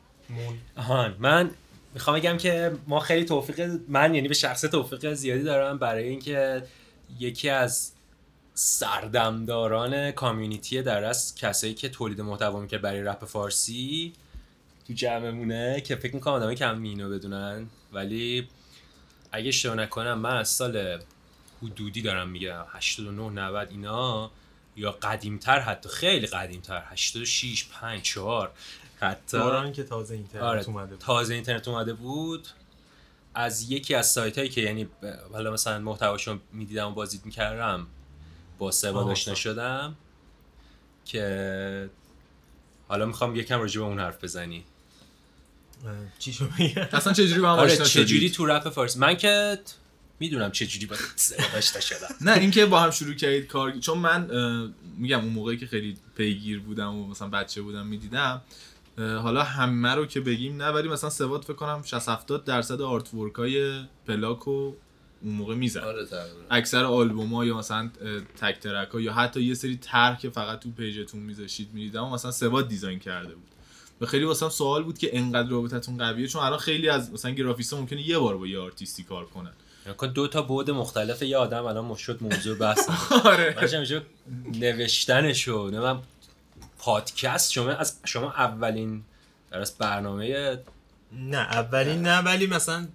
من میخوام بگم که ما خیلی من یعنی به شخص توفیق زیادی دارم برای اینکه یکی از سردمداران کامیونیتی در از کسایی که تولید محتوا میکنه برای رپ فارسی تو جمعمونه که فکر میکنم آدمایی کم اینو بدونن، ولی اگه اشتباه نکنم من از سال حدودی دارم میگم 89 90 اینا یا قدیمتر، حتی خیلی قدیمتر 86 5 4 حتی دوران که تازه اینترنت اومده بود. تازه اینترنت اومده بود، از یکی از سایتایی که یعنی حالا مثلا محتواشو میدیدم و بازدید میکردم با سواد آشنا شدم که حالا میخوام یکم راجع به اون حرف بزنی. چی شو میگه؟ اصلا چجوری با هم آشنا شدید؟ چجوری تو رپ فارسی؟ من که میدونم چجوری با سواد آشنا شدم. نه اینکه با هم شروع کردید کار، چون من میگم اون موقعی که خیلی پیگیر بودم و مثلا بچه بودم میدیدم، حالا همه رو که بگیم نه ولی مثلا سواد فکر کنم 60-70% آرت ورکای پلاکو اون موقع میزد. آره تقریبا اکثر آلبوم‌ها یا مثلا تک ترک‌ها یا حتی یه سری طرح که فقط تو پیجتون میذاشید می‌دیدم و مثلا سواد دیزاین کرده بود. و خیلی واسم سوال بود که انقدر رابطتون قویه، چون الان خیلی از مثلا گرافیستا ممکنه یه بار با یه آرتیستی کار کنن. یعنی دو تا بعد مختلف یه آدم الان شد موضوع بحث. آره. باشه نوشتنشو نه من پادکست شما اولین درست برنامه نه اولین نه ولی مثلا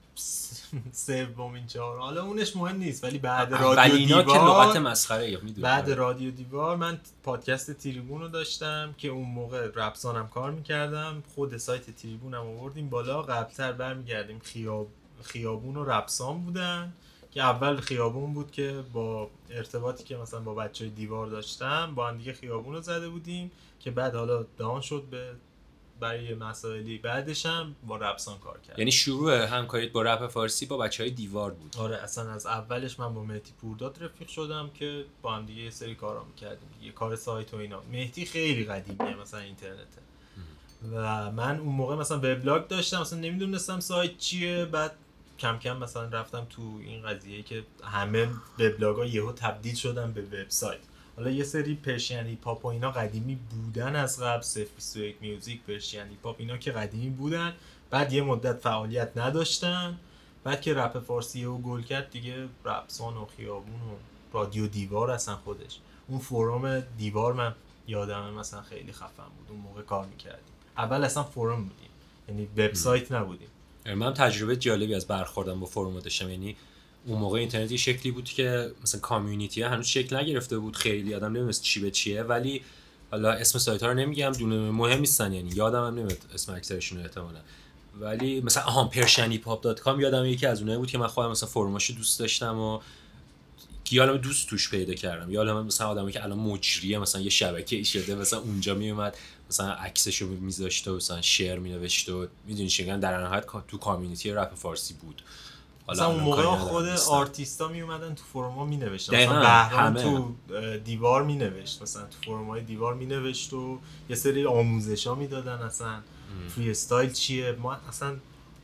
سومین چهار، حالا اونش مهم نیست، ولی بعد رادیو دیوار که لغت مسخره میدونم. بعد رادیو دیوار من پادکست تریبون رو داشتم که اون موقع رپسانم کار میکردم، خود سایت تریبونم آوردیم بالا. قبلتر برمیگردیم خیابون و رپسان بودن که اول خیابون بود که با ارتباطی که مثلا با بچهای دیوار داشتم با هم دیگه خیابون رو زده بودیم که بعد حالا دان شد به برای مسائلی، بعدش هم با رپسان کار کردم. یعنی شروع همکاریت با رپ فارسی با بچهای دیوار بود؟ آره اصلا از اولش من با مهدی پورداد رفیق شدم که با هم دیگه یه سری کارا می‌کردیم دیگه، کار سایت و اینا. مهدی خیلی قدیمیه مثلا اینترنته و من اون موقع مثلا وبلاگ داشتم، مثلا نمیدونستم سایت چیه، بعد کم کم مثلا رفتم تو این قضیه که همه وبلاگ‌ها یهو تبدیل شدن به وبسایت. حالا یه سری پرشین هیپ هاپ و اینا قدیمی بودن از قبل، 021 میوزیک، پرشین هیپ هاپ اینا که قدیمی بودن، بعد یه مدت فعالیت نداشتن، بعد که رپ فارسی رو گل کرد دیگه رپسان و خیابون و رادیو دیوار اصلا خودش اون فروم دیوار من یادمه مثلا خیلی خفن بود، اون موقع کار میکردیم. اول اصلا فروم بودیم یعنی وبسایت نبودیم. من تجربه جالبی از برخوردم با فروم داشتم، یعنی اون موقع اینترنت یه شکلی بود که مثلا کامیونیتی هنوز شکل نگرفته بود، خیلی آدم نمی‌دونست چی به چیه، ولی حالا اسم سایت‌ها رو نمیگم دونه مهم نیستن، یعنی یادم هم نمیاد اسم اکثرشون احتمالاً، ولی مثلا persianhiphop.com یادم یکی از اونایی بود که من خودم مثلا فرماشو دوست داشتم و یادم دوست توش پیدا کردم. یادم مثلا آدمی که الان مجریه مثلا یه شبکه‌ای شده مثلا اونجا میومد مثلا عکسشو میذاشت و مثلا شعر مینوشت و میدونی چیکار در نهایت تو کامیونیتی رپ فارسی بود. مثلا اون موقع خود آرتیستا می اومدن تو فروما می نوشتن، مثلا بهرام تو دیوار می نوشت، مثلا تو فرومای دیوار می نوشت و یه سری آموزشا میدادن اصلا فری استایل چیه. ما اصلا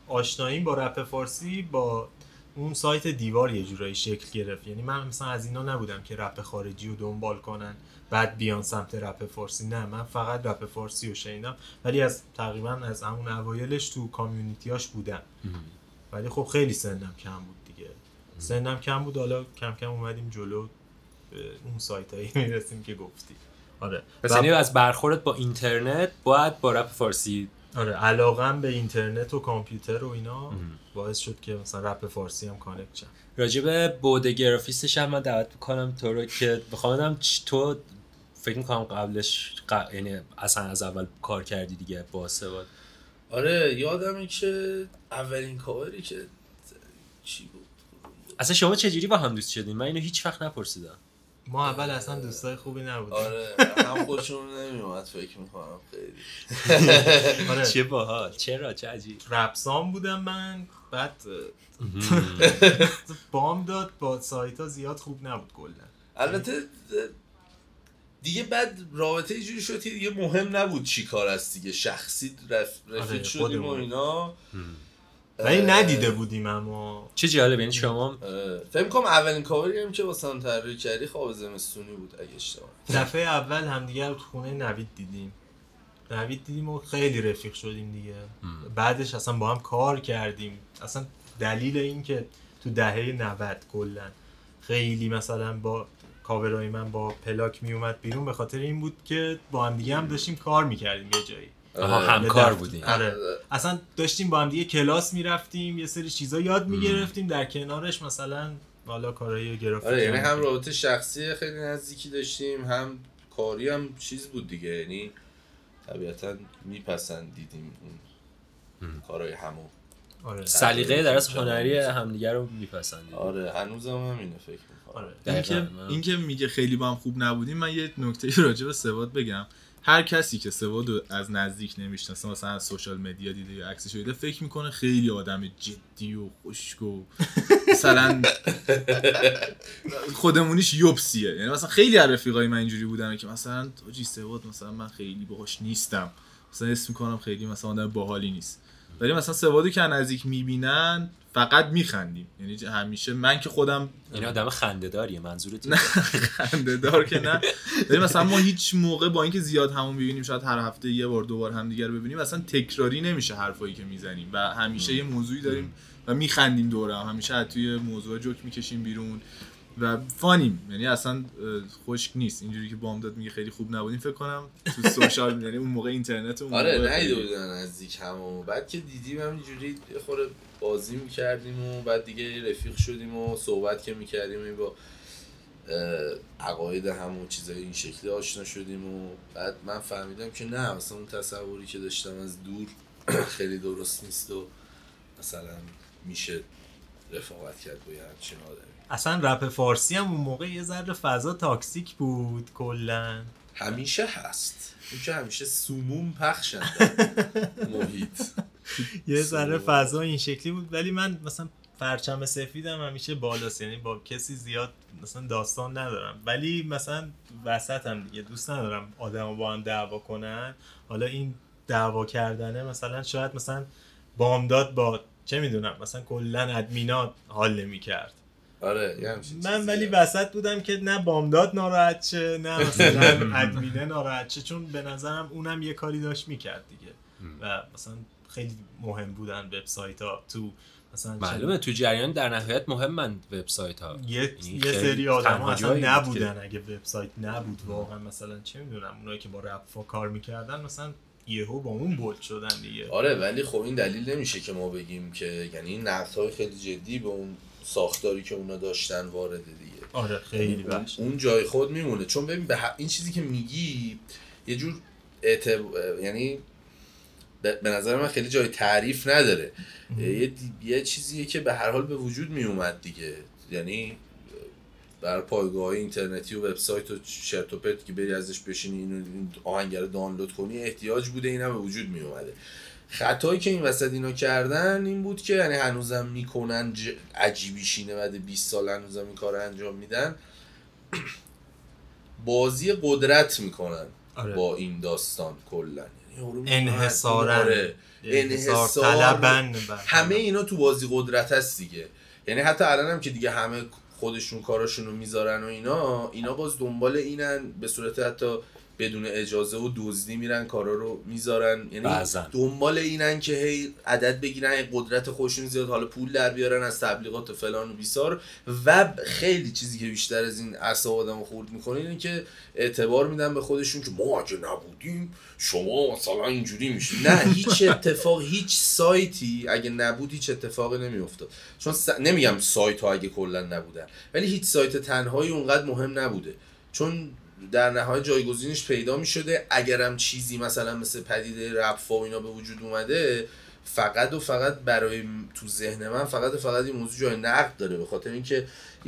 آشناییم با رپ فارسی با اون سایت دیوار یه جورایی شکل گرفت. یعنی من مثلا از اینا نبودم که رپ خارجی رو دنبال کنن بعد بیان سمت رپ فارسی، نه من فقط رپ فارسی رو شنیدم، ولی از تقریبا از همون اوایلش تو کامیونیتیاش بودم. ولی خب خیلی سنم کم بود دیگه، سنم کم بود، حالا کم کم اومدیم جلو به اون سایتایی میرسیم که گفتی. آره پس یعنی از برخورد با اینترنت باید با رپ فارسی، آره علاقم به اینترنت و کامپیوتر و اینا باعث شد که مثلا رپ فارسی هم کانکت شم. راجع به بود گرافیستش هم من دعوت میکنم تو رو که بخوام بدم تو فکر میکنم قبلش یعنی اصلا از اول کار کردی دیگه با سواد. آره یادمه که اولین کاری که چی بود اصلا شما چجوری با هم دوست شدین؟ من اینو هیچ وقت نپرسیدم. ما اول اصلا دوستای خوبی نبودیم. آره هم خودشون نمیومد فکر میکنم خیلی. آره چه باحال، چرا چه عجیب. رپسام بودم من، بعد بام داد با سایت ها زیاد خوب نبود کلا. البته دیگه بعد رابطه اینجوری شد که دیگه مهم نبود چی کار است دیگه، شخصی رفیق شدیم و اینا. ولی ندیده بودیم اما چه جالب. یعنی شما فکر کنم اولین کاری هم که واسه هم طراحی کردی خواب زمستونی بود اگه اشتباه. دفعه اول همدیگه رو تو خونه نوید دیدیم و خیلی رفیق شدیم دیگه. بعدش اصلا با هم کار کردیم. اصلا دلیل این که تو دهه 90 کلا خیلی مثلا با کاورای من با پلاک می اومد بیرون به خاطر این بود که با هم دیگه هم داشتیم کار میکردیم یه جایی. همکار بودیم. آره اصلا داشتیم با هم دیگه کلاس میرفتیم، یه سری چیزا یاد میگرفتیم، در کنارش مثلا والا کارهای گرافیک. آره یعنی هم رابطه شخصی خیلی نزدیکی داشتیم، هم کاری هم چیز بود دیگه، یعنی طبیعتا میپسندیدیم اون کارهای همون. آره سلیقه درس هنری همدیگه رو میپسندیم. آره هنوزم همینه فکر میکنم. آره این که میگه خیلی با هم خوب نبودیم، من یه نکته راجع به سواد بگم. هر کسی که سواد رو از نزدیک نمیشناسه، مثلا از سوشال مدیا دیده یا عکسش دیده، فکر میکنه خیلی آدم جدی و خشک و مثلا خودمونیش یوبسیه. یعنی مثلا خیلی از رفیقای من اینجوری بودن که مثلا توجی سواد مثلا من خیلی باهاش نیستم، مثلا اسم میکنم خیلی مثلا آدم باحالی نیست، ولی مثلا سوادو که نزدیک میبینن فقط میخندیم. یعنی همیشه من که خودم این آدم خنده‌داریه منظورت؟ نه خنده‌دار که نه، ولی مثلا ما هیچ موقع با اینکه زیاد همون ببینیم، شاید هر هفته یه بار دو بار همدیگه رو ببینیم، مثلا تکراری نمیشه حرفایی که میزنیم و همیشه یه موضوعی داریم و میخندیم دوره هم، همیشه از توی موضوع جوک میکشیم بیرون و فانیم. یعنی اصلا خشک نیست اینجوری که بامداد میگه خیلی خوب نبودیم. فکر کنم تو سوشال یعنی اون موقع اینترنت اون آره ندیده بودن نزدیک همون، بعد که دیدیم همینجوری خوره بازی میکردیم و بعد دیگه رفیق شدیم و صحبت که میکردیم با عقاید همون چیزای این شکلی آشنا شدیم و بعد من فهمیدم که نه مثلا اون تصوری که داشتم از دور خیلی درست نیست و مثلا میشه رفاقت کرد با یه همچین آدمی. اصلا رپ فارسی هم اون موقع یه ذره فضا تاکسیک بود کلا. همیشه هست اون که همیشه سموم پخشن محیط یه ذره فضا این شکلی بود، ولی من مثلا پرچم سفیدم همیشه بالاست، یعنی با کسی زیاد مثلا داستان ندارم، ولی مثلا وسطم دیگه دوست ندارم آدمو با هم دعوا کنن. حالا این دعوا کردنه مثلا شاید مثلا بامداد با چه میدونم مثلا کلا ادمینات حال نمی‌کرد. آره من ولی وسط بودم که نه بامداد ناراحت شه نه مثلا ادمینه ناراحت شه، چون به نظرم اونم یه کاری داشت میکرد دیگه و مثلا خیلی مهم بودن وبسایت‌ها تو مثلا معلومه تو جریان در نهایت مهمن وبسایت‌ها. یه سری آدم‌ها اصلا نبودن اگه وبسایت نبود واقعا مثلا چه میدونم اونایی که با رپ کار میکردن مثلا یهو با اون بولد شدن دیگه. آره ولی خب این دلیل نمیشه که ما بگیم که یعنی این نقدهای خیلی جدی به اون ساختاری که اونا داشتن وارد دیگه. آره خیلی وحش اون جای خود میمونه، چون ببین این چیزی که میگی یه جور یعنی به نظر من خیلی جای تعریف نداره. یه چیزیه که به هر حال به وجود می اومد دیگه، یعنی بر پایگاه اینترنتی و وبسایت و شرط و پرت که بری ازش بشینی این آهنگ رو دانلود کنی احتیاج بوده، اینا به وجود می اومده. خطایی که این وسط اینا کردن این بود که یعنی هنوزم میکنن عجیبی شینه بعد 20 سال هنوزم این کار انجام میدن، بازی قدرت میکنن. آره. با این داستان کلا انحصار طلبن، همه اینا تو بازی قدرت هست دیگه. یعنی حتی الان هم که دیگه همه خودشون کاراشون رو میذارن و اینا باز دنبال اینن، به صورت حتی بدون اجازه و دزدی میرن کارا رو میذارن، یعنی دنبال اینن که هی عدد بگیرن، قدرت خودشون زیاد، حالا پول در بیارن از تبلیغات و فلان و بیسار. و خیلی چیزی که بیشتر از این اعصاب آدمو خورد میکنه اینه که اعتبار میدن به خودشون که ما اگه نبودیم شما مثلا اینجوری میشید. نه، هیچ اتفاق، هیچ سایتی اگه نبود هیچ اتفاقی نمیافتاد. چون نمیگم سایت ها اگه کلا نبودن، ولی هیچ سایت تنهایی اونقدر مهم نبوده، چون در نهایت جایگزینش پیدا می شده. اگرم چیزی مثلا مثل پدیده رپ و اینا به وجود اومده، فقط و فقط برای تو ذهن من فقط این موضوع جای نقد داره، به خاطر اینکه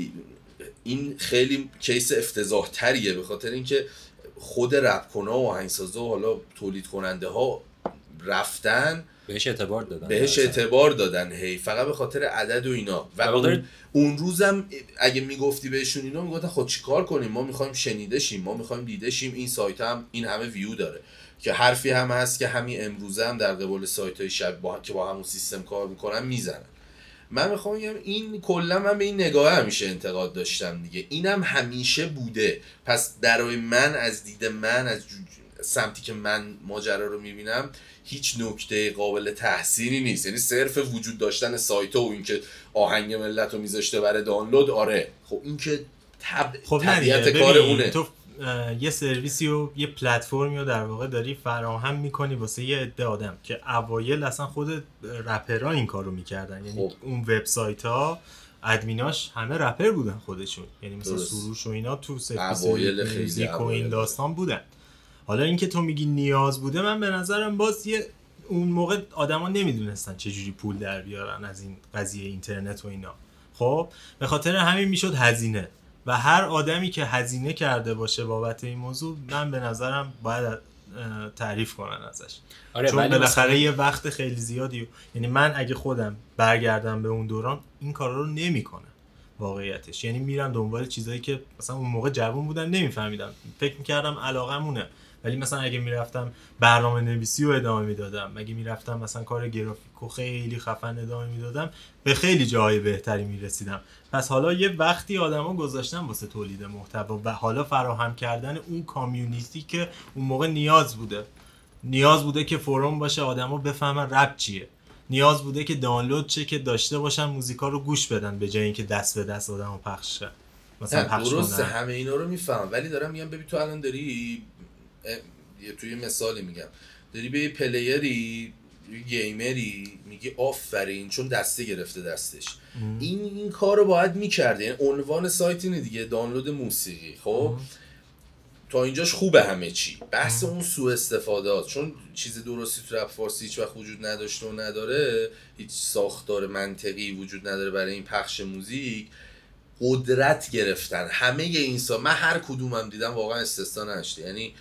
این خیلی کیس افتضاح تریه، به خاطر اینکه خود رپ کنا و آهنگسازا و حالا تولید کننده ها رفتن بهش اعتبار دادن هی فقط به خاطر عدد و اینا. و اون روزم اگه میگفتی بهشون اینا میگفتن خود چیکار کنیم، ما میخوایم شنیده شیم، ما میخوایم دیده شیم، این سایت هم این همه ویو داره. که حرفی هم هست که همین امروزه هم در قبال سایت های که با همون سیستم کار میکنن میزنن. من میخوام بگم این کلا من به این نگاه همیشه انتقاد داشتم دیگه، اینم همیشه بوده. پس برای من از دید من از سمتی که من ماجرا رو میبینم هیچ نکته قابل تحسینی نیست. یعنی صرف وجود داشتن سایت و این که آهنگ ملت رو میذاشته برای دانلود، آره خب این که طبیعت کار اونه. تو یه سرویسی و یه پلتفرمی رو در واقع داری فراهم میکنی واسه یه عده آدم که اوایل اصلا خود رپرها این کارو میکردن. یعنی اون وبسایت ها ادمیناش همه رپر بودن خودشون، یعنی مثلا سروش و اینا تو سرویس موزیک و این داستان بودن. حالا اینکه تو میگی نیاز بوده، من به نظرم باز اون موقع آدما نمیدونستن چجوری پول در بیارن از این قضیه اینترنت و اینا. خب به خاطر همین میشد هزینه، و هر آدمی که هزینه کرده باشه بابت این موضوع من به نظرم باید تعریف کنن ازش. آره، چون بالاخره یه وقت خیلی زیادی یعنی من اگه خودم برگردم به اون دوران این کارا رو نمیکنم واقعیتش. یعنی میرم دنبال چیزایی که مثلا اون موقع جوون بودم نمیفهمیدم، فکر میکردم علاقمونه، ولی مثلا اگه میرفتم برنامه نویسی رو ادامه میدادم، اگه میرفتم مثلا کار گرافیکو خیلی خفن ادامه میدادم، به خیلی جاهای بهتری میرسیدم. پس حالا یه وقتی آدما گذاشتن واسه تولید محتوا و حالا فراهم کردن اون کامیونیتی که اون موقع نیاز بوده که فروم باشه، آدما بفهمن رپ چیه، نیاز بوده که دانلود چه که داشته باشن موزیکا رو گوش بدن به جای اینکه دست به دست آدمو پخش کنن. مثلا پخش درسته همه اینا رو میفهم، ولی دارم میگم ببین تو الان داری توی مثالی میگم داری به یه پلیری گیمری میگی آفرین چون دسته گرفته دستش، این کار رو باید میکرده. یعنی عنوان سایت اینه دیگه، دانلود موسیقی. خب تا اینجاش خوبه همه چی، بحث اون سوء استفاده، چون چیز درستی تو رپ فارسی هیچ وقت وجود نداشته و نداره، هیچ ساختار منطقی وجود نداره برای این پخش موزیک. قدرت گرفتن همه این من هر کدومم دیدم واقعا استثنا نشده، یعنی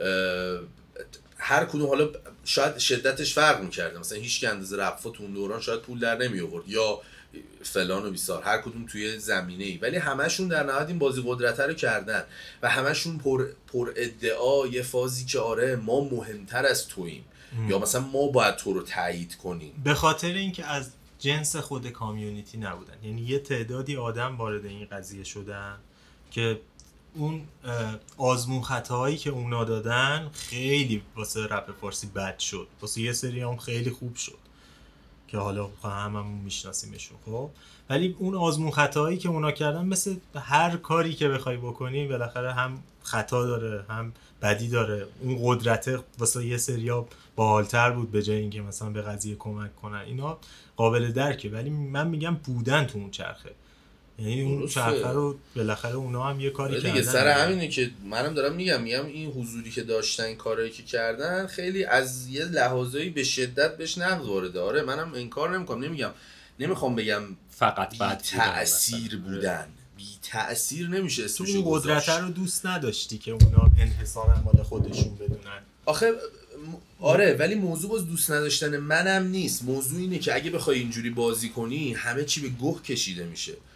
هر کدوم حالا شاید شدتش فرق می‌کرده، مثلا هیچ که اندازه رپ تو اون دوران شاید پول در نمی آورد یا فلان و بیسار، هر کدوم توی زمینه‌ای، ولی همشون در نهایت این بازی قدرت رو کردن و همشون پر ادعا یه فازی که آره ما مهمتر از توییم یا مثلا ما باید تو رو تایید کنیم، به خاطر اینکه از جنس خود کامیونیتی نبودن. یعنی یه تعدادی آدم وارد این قضیه شدن که اون آزمون خطاهایی که اونا دادن خیلی واسه رپ فارسی بد شد، واسه یه سری هم خیلی خوب شد که حالا هممون میشناسیمشون. خب ولی اون آزمون خطاهایی که اونا کردن مثل هر کاری که بخوای بکنی بالاخره هم خطا داره هم بدی داره. اون قدرت واسه یه سریا باحال‌تر بود به جای اینکه مثلا به قضیه کمک کنن، اینا قابل درکه، ولی من میگم بودن تو اون چرخه، یعنی اون چرخه رو بالاخره اونا هم یه کاری کردن دیگه. سر همینه که منم دارم میگم این حضوری که داشتن، این کارهایی که کردن خیلی از یه لحاظایی به شدت بهش نقد وارده. آره منم انکار نمیکنم، نمیخوام بگم فقط بد تأثیر بودن، بی تأثیر نمیشه اسمش تو قدرت رو دوست نداشتی که اونا انحصارا مال خودشون بدونن. آخه آره ولی موضوع باز دوست نداشتن منم نیست، موضوع اینه که اگه بخوای اینجوری بازی کنی همه چی به گوه کشیده میشه.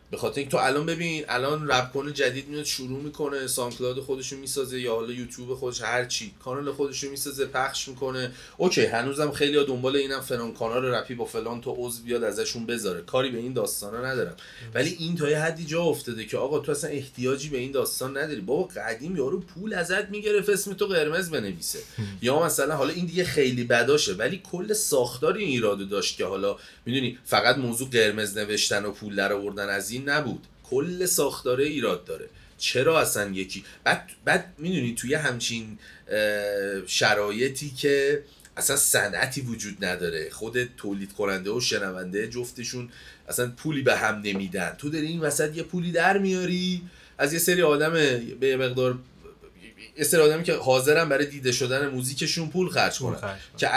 به خاطر اینکه تو الان ببین الان رپ کنه جدید میاد شروع میکنه ساوندکلاود خودشو میسازه یا حالا یوتیوب خودش هر چی کانال خودشو میسازه پخش میکنه. اوکی هنوزم خیلی‌ها دنبال اینم فلان کانال رپی با فلان تو عضو بیاد ازشون بذاره، کاری به این داستانا ندارم، ولی این تا یه حدی جا افتاده که آقا تو اصلا احتیاجی به این داستان نداری. بابا قدیم یارو پول ازت میگرفت اسم تو قرمز بنویسه یا مثلا حالا این دیگه خیلی بداشه، ولی کل ساختار این ایرادو داشت که حالا میدونی فقط موضوع قرمز نوشتن و پول در آوردن از این نبود، کل ساختاره ایراد داره. چرا اصلا یکی بعد میدونی توی همچین شرایطی که اصلا صنعتی وجود نداره، خود تولید کننده و شنونده جفتشون اصلا پولی به هم نمیدن، تو داری این وسط یه پولی در میاری از یه سری آدم به مقدار، یه سری آدمی که حاضرن برای دیده شدن موزیکشون پول خرج کنن که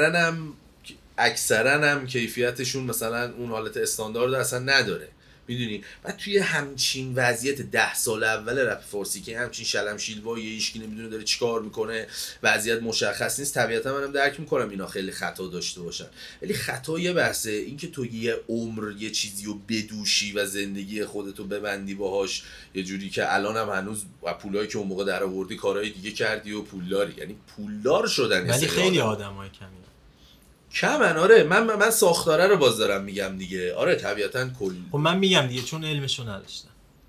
اکثرا هم کیفیتشون مثلا اون حالت استاندارد اصلا نداره، میدونی. بعد توی همچین وضعیت 10 سال اول رپ فارسی که همچین شلم شیلوایی هیچکی نمیدونه داره چیکار میکنه، وضعیت مشخص نیست، طبیعتا منم درک میکنم اینا خیلی خطا داشته باشن، ولی خطا یه بحثه، این که تو یه عمر یه چیزی رو بدوشی و زندگی خودتو ببندی باهاش یه جوری که الان هم هنوز پولایی که اون موقع در آوردی کارهای دیگه کردی و پولداری، یعنی پولدار شدن، ولی خیلی آدمای کمی کمن. آره من ساختاره رو باز دارم میگم دیگه، آره طبیعتاً کل. خب من میگم دیگه چون علمشو نداشتم،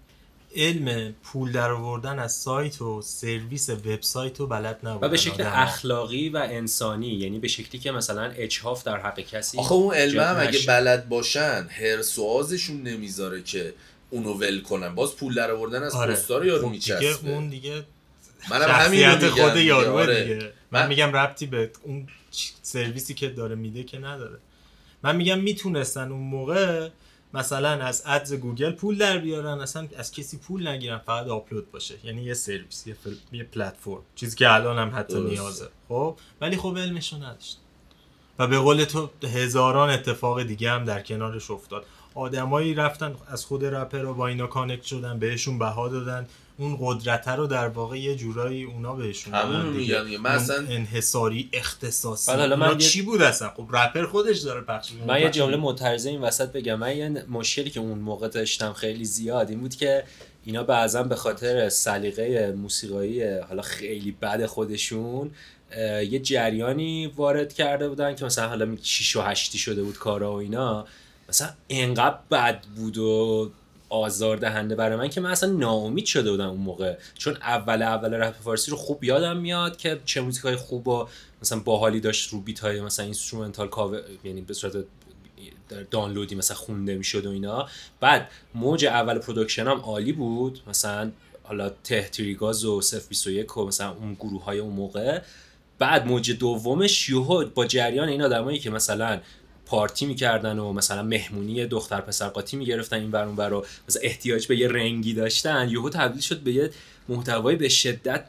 علم پول در آوردن از سایت و سرویس وبسایت رو بلد نبودن و به شکل اخلاقی و انسانی، یعنی به شکلی که مثلا اجحاف در حق کسی. آخه اون علم هم اگه بلد باشن هرس و آزشون نمیذاره که اونو ول کنن، باز پول در آوردن از پست‌ها رو یارو میچسبه دیگه، اون دیگه منم همین میگم خود یارو آره. دیگه من میگم ربطی به اون سرویسی که داره میده که نداره. من میگم میتونستن اون موقع مثلا از ادز گوگل پول در بیارن، اصلا از کسی پول نگیرن، فقط آپلود باشه، یعنی یه سرویس، یه پلتفرم، چیزی که الان هم حتی نیازه. خب ولی خب علمشو نداشت و به قول تو هزاران اتفاق دیگه هم در کنارش افتاد. آدمایی رفتن از خود رپر با اینا کانکت شدن، بهشون بها دادن، اون قدرت رو در واقع یه جورایی اونا بهشون دادن دیگه. مثلا انحصاری اختصاصی حالا من چی بود اصلا؟ خب رپر خودش داره پخش می‌کنه. من یه جمله معترضه این وسط بگم. من یه مشکلی که اون موقع داشتم خیلی زیاد این بود که اینا بعضا به خاطر سلیقه موسیقایی حالا خیلی بد خودشون یه جریانی وارد کرده بودن که مثلا حالا 6 و 8 شده بود کارا و اینا، مثلا انقدر بد بود و آزاردهنده برای من که من اصلا ناامید شده بودم اون موقع، چون اول رپ فارسی رو خوب یادم میاد که چه موزیکای خوب و مثلا باحالی داشت رو بیت های مثلا اینسترومنتال کاور، یعنی به صورت دانلودی مثلا خونده میشد و اینا. بعد موج اول پروداکشن هم عالی بود، مثلا حالا تهتریگاز و 021 و مثلا اون گروه های اون موقع. بعد موج دومش یهو با جریان این آدمایی که مثلا پارتی میکردن و مثلا مهمونی دختر پسر قاطی میگرفتن این ور اون ور رو، مثلا احتیاج به یه رنگی داشتن، یهو تبدیل شد به یه محتوای به شدت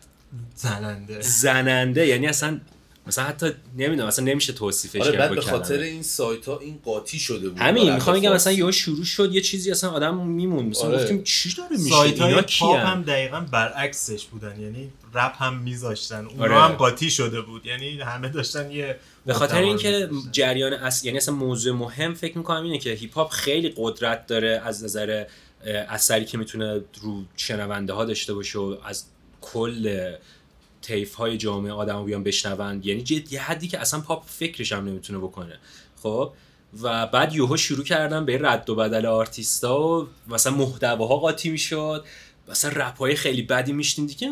زننده. یعنی اصلا مثلا حتی نمیدونم مثلا نمیشه توصیفش کرد. بعد به خاطر این سایت ها این قاطی شده بود. همین میخوام بگم مثلا یهو شروع شد یه چیزی اصلا آدم میمون مثلا گفتیم چی داره میشه. سایت های پاپ هم دقیقاً برعکسش بودن، یعنی رپ هم میذاشتن اونا هم قاطی شده بود، یعنی همه داشتن یه به خاطر اینکه جریان یعنی اصلا موضوع مهم فکر میکنم اینه که هیپ هاپ خیلی قدرت داره از نظر اثری که میتونه رو شنونده ها داشته باشه و از کل طیف های جامعه آدمو بیان بشنوند، یعنی یه حدی که اصلا پاپ فکرش هم نمیتونه بکنه. خب و بعد یهو شروع کردن به رد و بدل آرتیستا و مثلا محتواها قاطی میشد، مثلا رپ‌های خیلی بدی میشنیدی که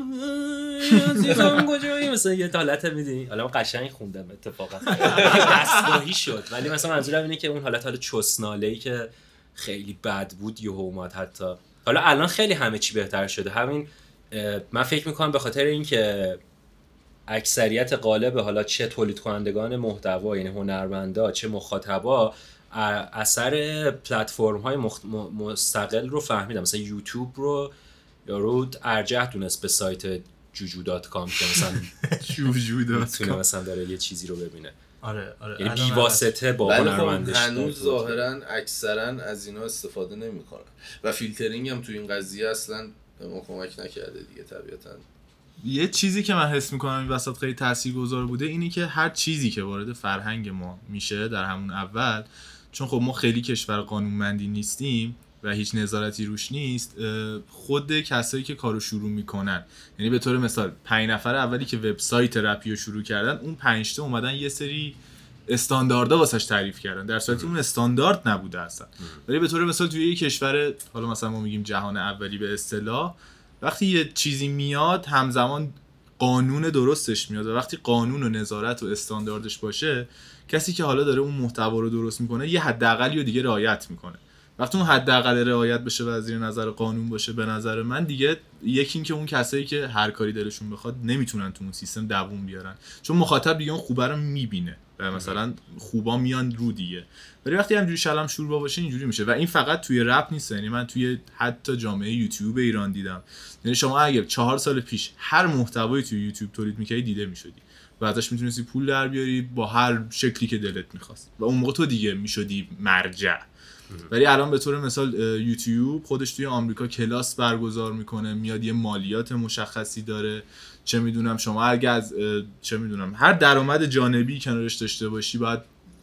عزیزم کجایی، مثلا یه حالت میدونی. حالا من قشنگ خوندم اتفاقا دستگاهی شد، ولی مثلا منظورم اینه که اون حالت چسناله‌ای که خیلی بد بود یهو اومد. حتی حالا الان خیلی همه چی بهتر شده. همین من فکر میکنم به خاطر اینکه اکثریت غالب حالا چه تولید کنندگان محتوا یعنی هنرمندا چه مخاطبا اثر پلتفرم های مستقل رو فهمیدم. مثلا یوتیوب رو یارو ارجح دونست به سایت juju.com که مثلا juju.com مثلا داره یه چیزی رو ببینه. آره یعنی بی واسطه با هنرمندش. هنوز ظاهرا اکثرا از اینا استفاده نمیکنن و فیلترینگ هم تو این قضیه اصلا به ما کمک نکرده دیگه. طبیعتاً یه چیزی که من حس میکنم این وسط خیلی تاثیرگذار بوده اینی که هر چیزی که وارد فرهنگ ما میشه در همون اول، چون خب ما خیلی کشور قانونمندی نیستیم، و هیچ نظارتی روش نیست، خود کسایی که کارو شروع میکنن، یعنی به طور مثال 5 نفر اولی که وبسایت رپیو شروع کردن، اون 5 تا اومدن یه سری استانداردها واسش تعریف کردن، در صورتی اون استاندارد نبوده اصلا. ولی به طور مثال توی یه کشور، حالا مثلا ما میگیم جهان اولی به اصطلاح، وقتی یه چیزی میاد همزمان قانون درستش میاد، و وقتی قانون و نظارت و استانداردش باشه، کسی که حالا داره اون محتوا رو درست میکنه یه حداقلی رو دیگه رعایت میکنه. وقتی اون حداقل رعایت بشه و زیر نظر قانون باشه، به نظر من دیگه یکی این که اون کسایی که هر کاری دلشون بخواد نمیتونن تو اون سیستم دووم بیارن، چون مخاطب دیگه اون خوبه رو میبینه و مثلا خوبا میان رو دیگه. ولی وقتی همینجوری شلم شوربا باشه اینجوری میشه، و این فقط توی رپ نیست، یعنی من توی حتی جامعه یوتیوب ایران دیدم. یعنی شما اگه 4 سال پیش هر محتوایی توی یوتیوب تولید می‌کردی دیده می‌شدی و ازش میتونستی پول در بیاری با هر شکلی که دلت می‌خواست، و اون موقع تو دیگه میشدی مرجع. ولی الان به طور مثال یوتیوب خودش توی آمریکا کلاس برگزار میکنه، میاد یه مالیات مشخصی داره، چه میدونم شما اگه از چه میدونم هر درآمد جانبی کنارش داشته باشی باید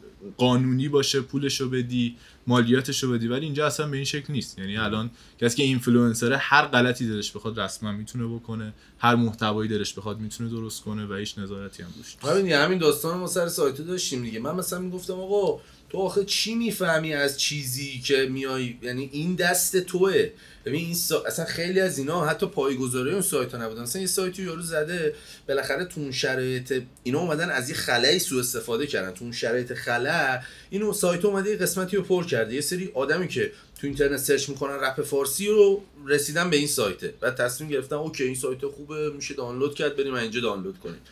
قانونی باشه، پولشو بدی، مالیاتشو بدی. ولی اینجا اصلا به این شکل نیست. یعنی الان کسی که اینفلوئنسره هر غلطی دلش بخواد رسما میتونه بکنه، هر محتوایی دلش بخواد میتونه درست کنه و هیچ نظارتی هم روش نیست. ببین همین داستان ما سر سایت داشتیم دیگه. من مثلا میگفتم آقا تو آخه چی میفهمی از چیزی که میای، یعنی این دست توئه. ببین این اصلا خیلی از اینا حتی پایه‌گذاری اون سایت ها نبودن. مثلا یه سایتی یارو زده، بالاخره تو اون شرایط اینا اومدن از یه خلایی سوء استفاده کردن. تو اون شرایط خلا اینو سایت اومده یه قسمتی رو پر کرده، یه سری آدمی که تو اینترنت سرچ میکنن رپ فارسی رو رسیدن به این سایته و تصمیم گرفتن اوکی این سایت خوبه، میشه دانلود کرد، بریم اینجا دانلود کنیم.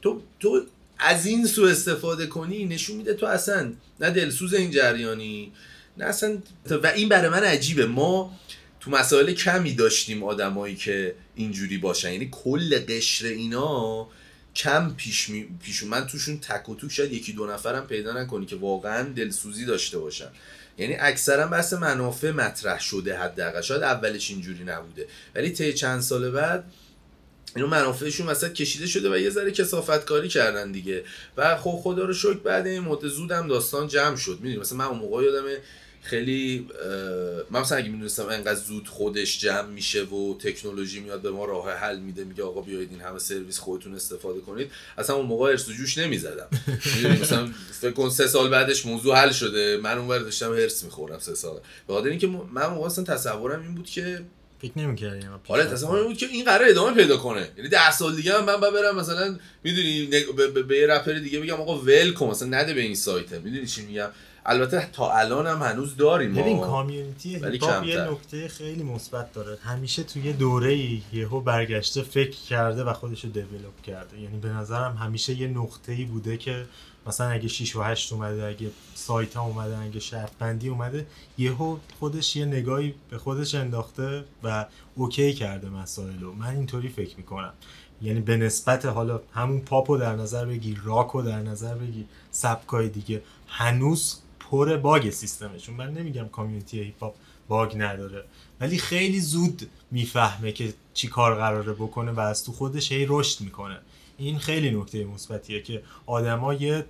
تو از این سوء استفاده کنی نشون میده تو اصلا نه دلسوز این جریانی نه اصلا. و این برای من عجیبه. ما تو مسائل کمی داشتیم آدمایی که اینجوری باشن، یعنی کل قشر اینا کم پیش من توشون تک و توک شاید 1-2 نفرم پیدا نکنی که واقعا دلسوزی داشته باشن. یعنی اکثرا بحث منافع مطرح شده، حداقل شاید اولش اینجوری نبوده، ولی طی چند سال بعد اینو منافعشون وسط کشیده شده و یه ذره کثافت کاری کردن دیگه. و خب خدا رو شکر بعد این مدت زودم داستان جمع شد. میدونی مثلا من اون موقع یادمه خیلی من مثلا اگه میدونستم انقدر زود خودش جمع میشه و تکنولوژی میاد به ما راه حل میده، میگه آقا بیایید این همه سرویس خودتون استفاده کنید، اصلا اون موقع هرس و جوش نمیزدم. میدونی مثلا فکر کن 3 سال بعدش موضوع حل شده، من اونور داشتم هرس میخورم 3 سال. به خاطر اینکه من موقع اصلا تصورم این بود که فکر نمی‌کردم حالا تصورم بود که این قراره ادامه پیدا کنه، یعنی 10 سال دیگه من برم مثلا میدونی به یه رپر دیگه بگم آقا ول کن مثلا نده به این سایت. میدونی چی میگم؟ البته تا الان هم هنوز داریم. ببین کامیونیتی هیپ یه نکته خیلی مثبت داره، همیشه توی یه دوره‌ای یهو برگشته فکر کرده و خودش رو دیولپ کرده. یعنی به نظرم همیشه یه نقطه‌ای بوده که مثلا اگه 6 و 8 اومده، اگه سایت ها اومده، اگه شرط بندی اومده، یهو خودش یه نگاهی به خودش انداخته و اوکی کرده مسائلو. من اینطوری فکر میکنم. یعنی به نسبت حالا همون پاپو در نظر بگیر، راکو در نظر بگیر، سبکای دیگه، هنوز پر باگ سیستمشون. من نمیگم کامیونیتی هیپ هاپ باگ نداره، ولی خیلی زود میفهمه که چی کار قراره بکنه و از تو خودش هی رشد میکنه. این خیلی نکته مثبتیه که آدما یه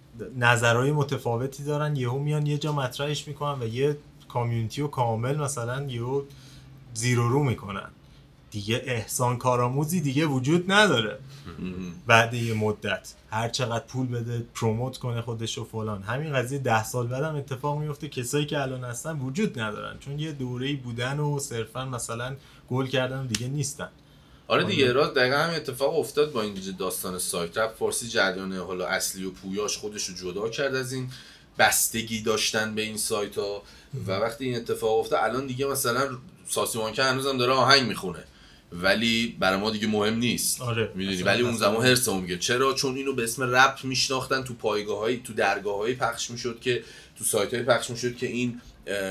نظرهای متفاوتی دارن، یهو میان یه جا مطرحش میکنن و یه کامیونیتی رو کامل مثلا یهو زیرو رو میکنن. دیگه احسان کارآموزی دیگه وجود نداره. بعد یه مدت هر چقدر پول بده پروموت کنه خودش و فلان، همین قضیه 10 سال بعدم اتفاق میفته. کسایی که الان هستن وجود ندارن چون یه دوره‌ای بودن و صرفا مثلا گل کردن و دیگه نیستن. آره دیگه راست دقیقا همین اتفاق افتاد با این داستان سایت. رپ فارسی جریان حالا اصلی و پویاش خودش رو جدا کرد از این بستگی داشتن به این سایت ها و وقتی این اتفاق افتاد الان دیگه مثلا ساسی مانکه هنوزم داره آهنگ میخونه ولی برای ما دیگه مهم نیست. آره میدونی، ولی اون زمان هرسمون میگه چرا؟ چون اینو به اسم رپ میشناختن، تو پایگاه‌های تو درگاه‌های پخش میشد که تو سایت‌های پخش میشد که این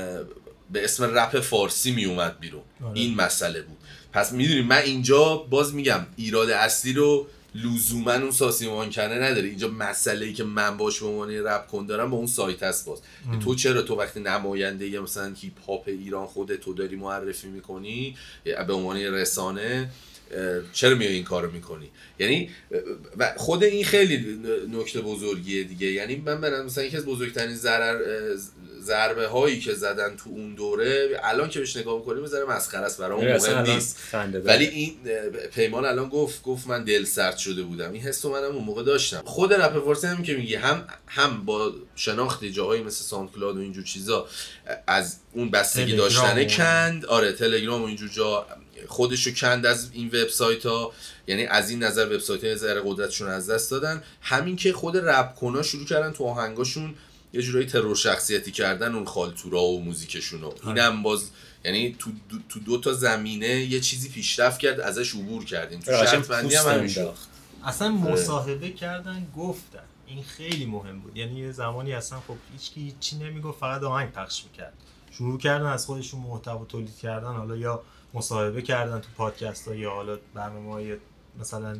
به اسم رپ فارسی میومد بیرون. این مسئله بود. پس میدونی من اینجا باز میگم ایراد اصلی رو لزوما اون ساسی مانکنه نداره. اینجا مسئله‌ای که من باش به عنوان رپ کن دارم با اون سایت هست. باز تو چرا تو وقتی نماینده یا مثلا هیپ هاپ ایران خودت تو داری معرفی میکنی به عنوان رسانه، چرا میای این کارو میکنی. یعنی خود این خیلی نکته بزرگیه دیگه. یعنی من برام مثلا یکی از بزرگترین ضربه هایی که زدن تو اون دوره الان که بهش نگاه می‌کنیم میذاره مسخره است، برام مهم نیست، ولی این پیمان الان گفت من دل سرد شده بودم. این حسو منم اون موقع داشتم. خود رپ فارسی هم که میگی هم با شناخت جاهایی مثل ساوند کلاود و اینجور چیزا از اون بستگی داشتنه کند. آره تلگرام و اینجور جا خودشو کند از این وبسایت‌ها، یعنی از این نظر وبسایت‌ها ذره قدرتشون از دست دادن. همین که خود رپ کنا شروع کردن تو آهنگاشون یه جورایی ترور شخصیتی کردن اون خالتورا و موزیکشونو. اینم باز یعنی تو دو تا زمینه یه چیزی پیشرفت کرد، ازش عبور کردیم. تو شرط بندی هم همین اصلا مصاحبه کردن، گفتن این خیلی مهم بود. یعنی یه زمانی اصلا خب هیچی نمیگفت، فقط آهنگ پخش میکرد. شروع کردن از خودشون محتوا تولید کردن، حالا یا مصاحبه کردن تو پادکست ها یا حالا برنامه‌های مثلا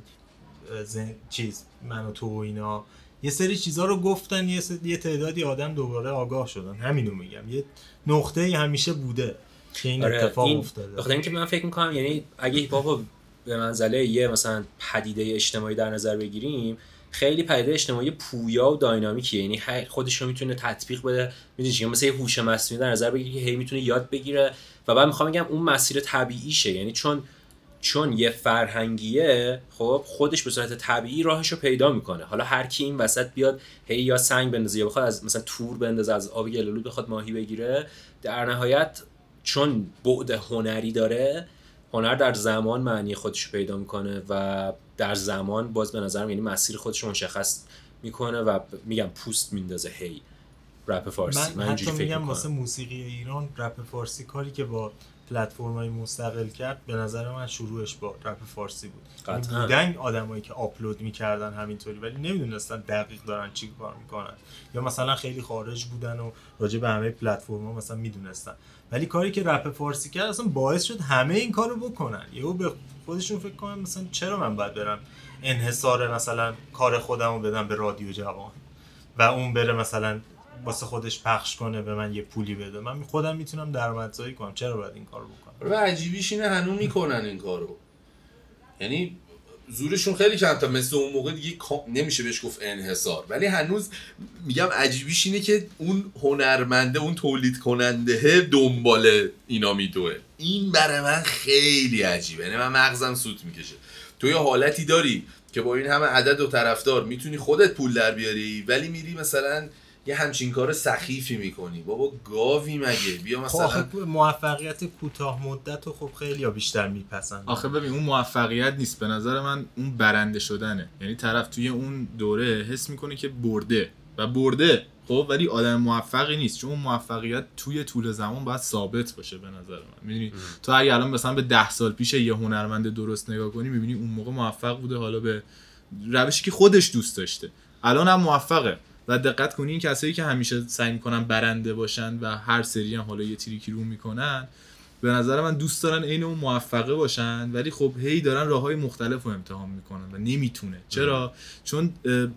من و تو و اینا، یه سری چیزا رو گفتن، یه تعدادی آدم دوباره آگاه شدن. همینو میگم، یه نقطه‌ای همیشه بوده که این اتفاق افتاده. بخاطر اینکه من فکر می‌کنم یعنی اگه هیپ هاپ به منزله یه مثلا پدیده اجتماعی در نظر بگیریم، خیلی پدیده اجتماعی پویا و داینامیکیه. یعنی خودش رو میتونه تطبیق بده. میدونی چیه، مثلا یه هوش مصنوعی در نظر بگیری که هی میتونه یاد بگیره و بعد میخوام بگم اون مسیر طبیعیشه. یعنی چون یه فرهنگیه، خب خودش به صورت طبیعی راهشو پیدا میکنه. حالا هر کی این وسط بیاد هی یا سنگ بندازه یا بخواد از مثلا تور بندازه، از آب گلالود بخواد ماهی بگیره، در نهایت چون بعد هنری داره، هنر در زمان معنی خودشو پیدا میکنه و در زمان باز به نظرم یعنی مسیر خودش رو مشخص میکنه و میگم پوست میندازه. هی رپ فارسی من حتی میگم واسه موسیقی ایران رپ فارسی کاری که با پلتفرم‌های مستقل کرد، به نظر من شروعش با رپ فارسی بود. بودن آدمایی که آپلود میکردن همینطوری ولی نمیدونستن دقیق دارن چی کار میکنن، یا مثلا خیلی خارج بودن و راجع به همه پلتفرم‌ها مثلا میدونستن، ولی کاری که رپ فارسی کرد اصلا باعث شد همه این کارو بکنن. یهو به خودشون فکر کنن مثلا چرا من باید برم انحصار مثلا کار خودمو بدم به رادیو جوان و اون بره مثلا واسه خودش پخش کنه به من یه پولی بده، من خودم میتونم درآمدزایی کنم، چرا باید این کارو بکنم؟ و عجیبیش اینه هنوز میکنن این کارو. یعنی زورشون خیلی کمتر، مثل اون موقع دیگه نمیشه بهش گفت انحصار، ولی هنوز میگم عجیبیش اینه که اون هنرمنده، اون تولید کننده دنبال اینا میدوه. این برای من خیلی عجیبه، یعنی من مغزم سوت میکشه. تو یه حالتی داری که با این همه عدد و طرفدار میتونی خودت پول در بیاری، ولی میری مثلا یه همچین کار سخیفی میکنی. بابا گاوی مگه؟ بیا مثلا موفقیت کوتاه مدت رو خب خیلی‌ها بیشتر میپسندن. آخه ببین اون موفقیت نیست، به نظر من اون برنده شدنه. یعنی طرف توی اون دوره حس میکنه که برده خب، ولی آدم موفقی نیست، چون اون موفقیت توی طول زمان باید ثابت باشه. به نظر من میدونی تو اگه الان مثلا به 10 سال پیش یه هنرمند درست نگاه کنی، میبینی اون موقع موفق بوده، حالا به روشی که خودش دوست داشته، الان هم موفقه. و دقت کنین این کسایی که همیشه سعی میکنن برنده باشن و هر سری هم حالا یه تریکی رو میکنن، به نظر من دوست دارن عین اون موفقه باشن، ولی خب هی دارن راههای مختلف رو امتحان میکنن و نمیتونه. چرا؟ چون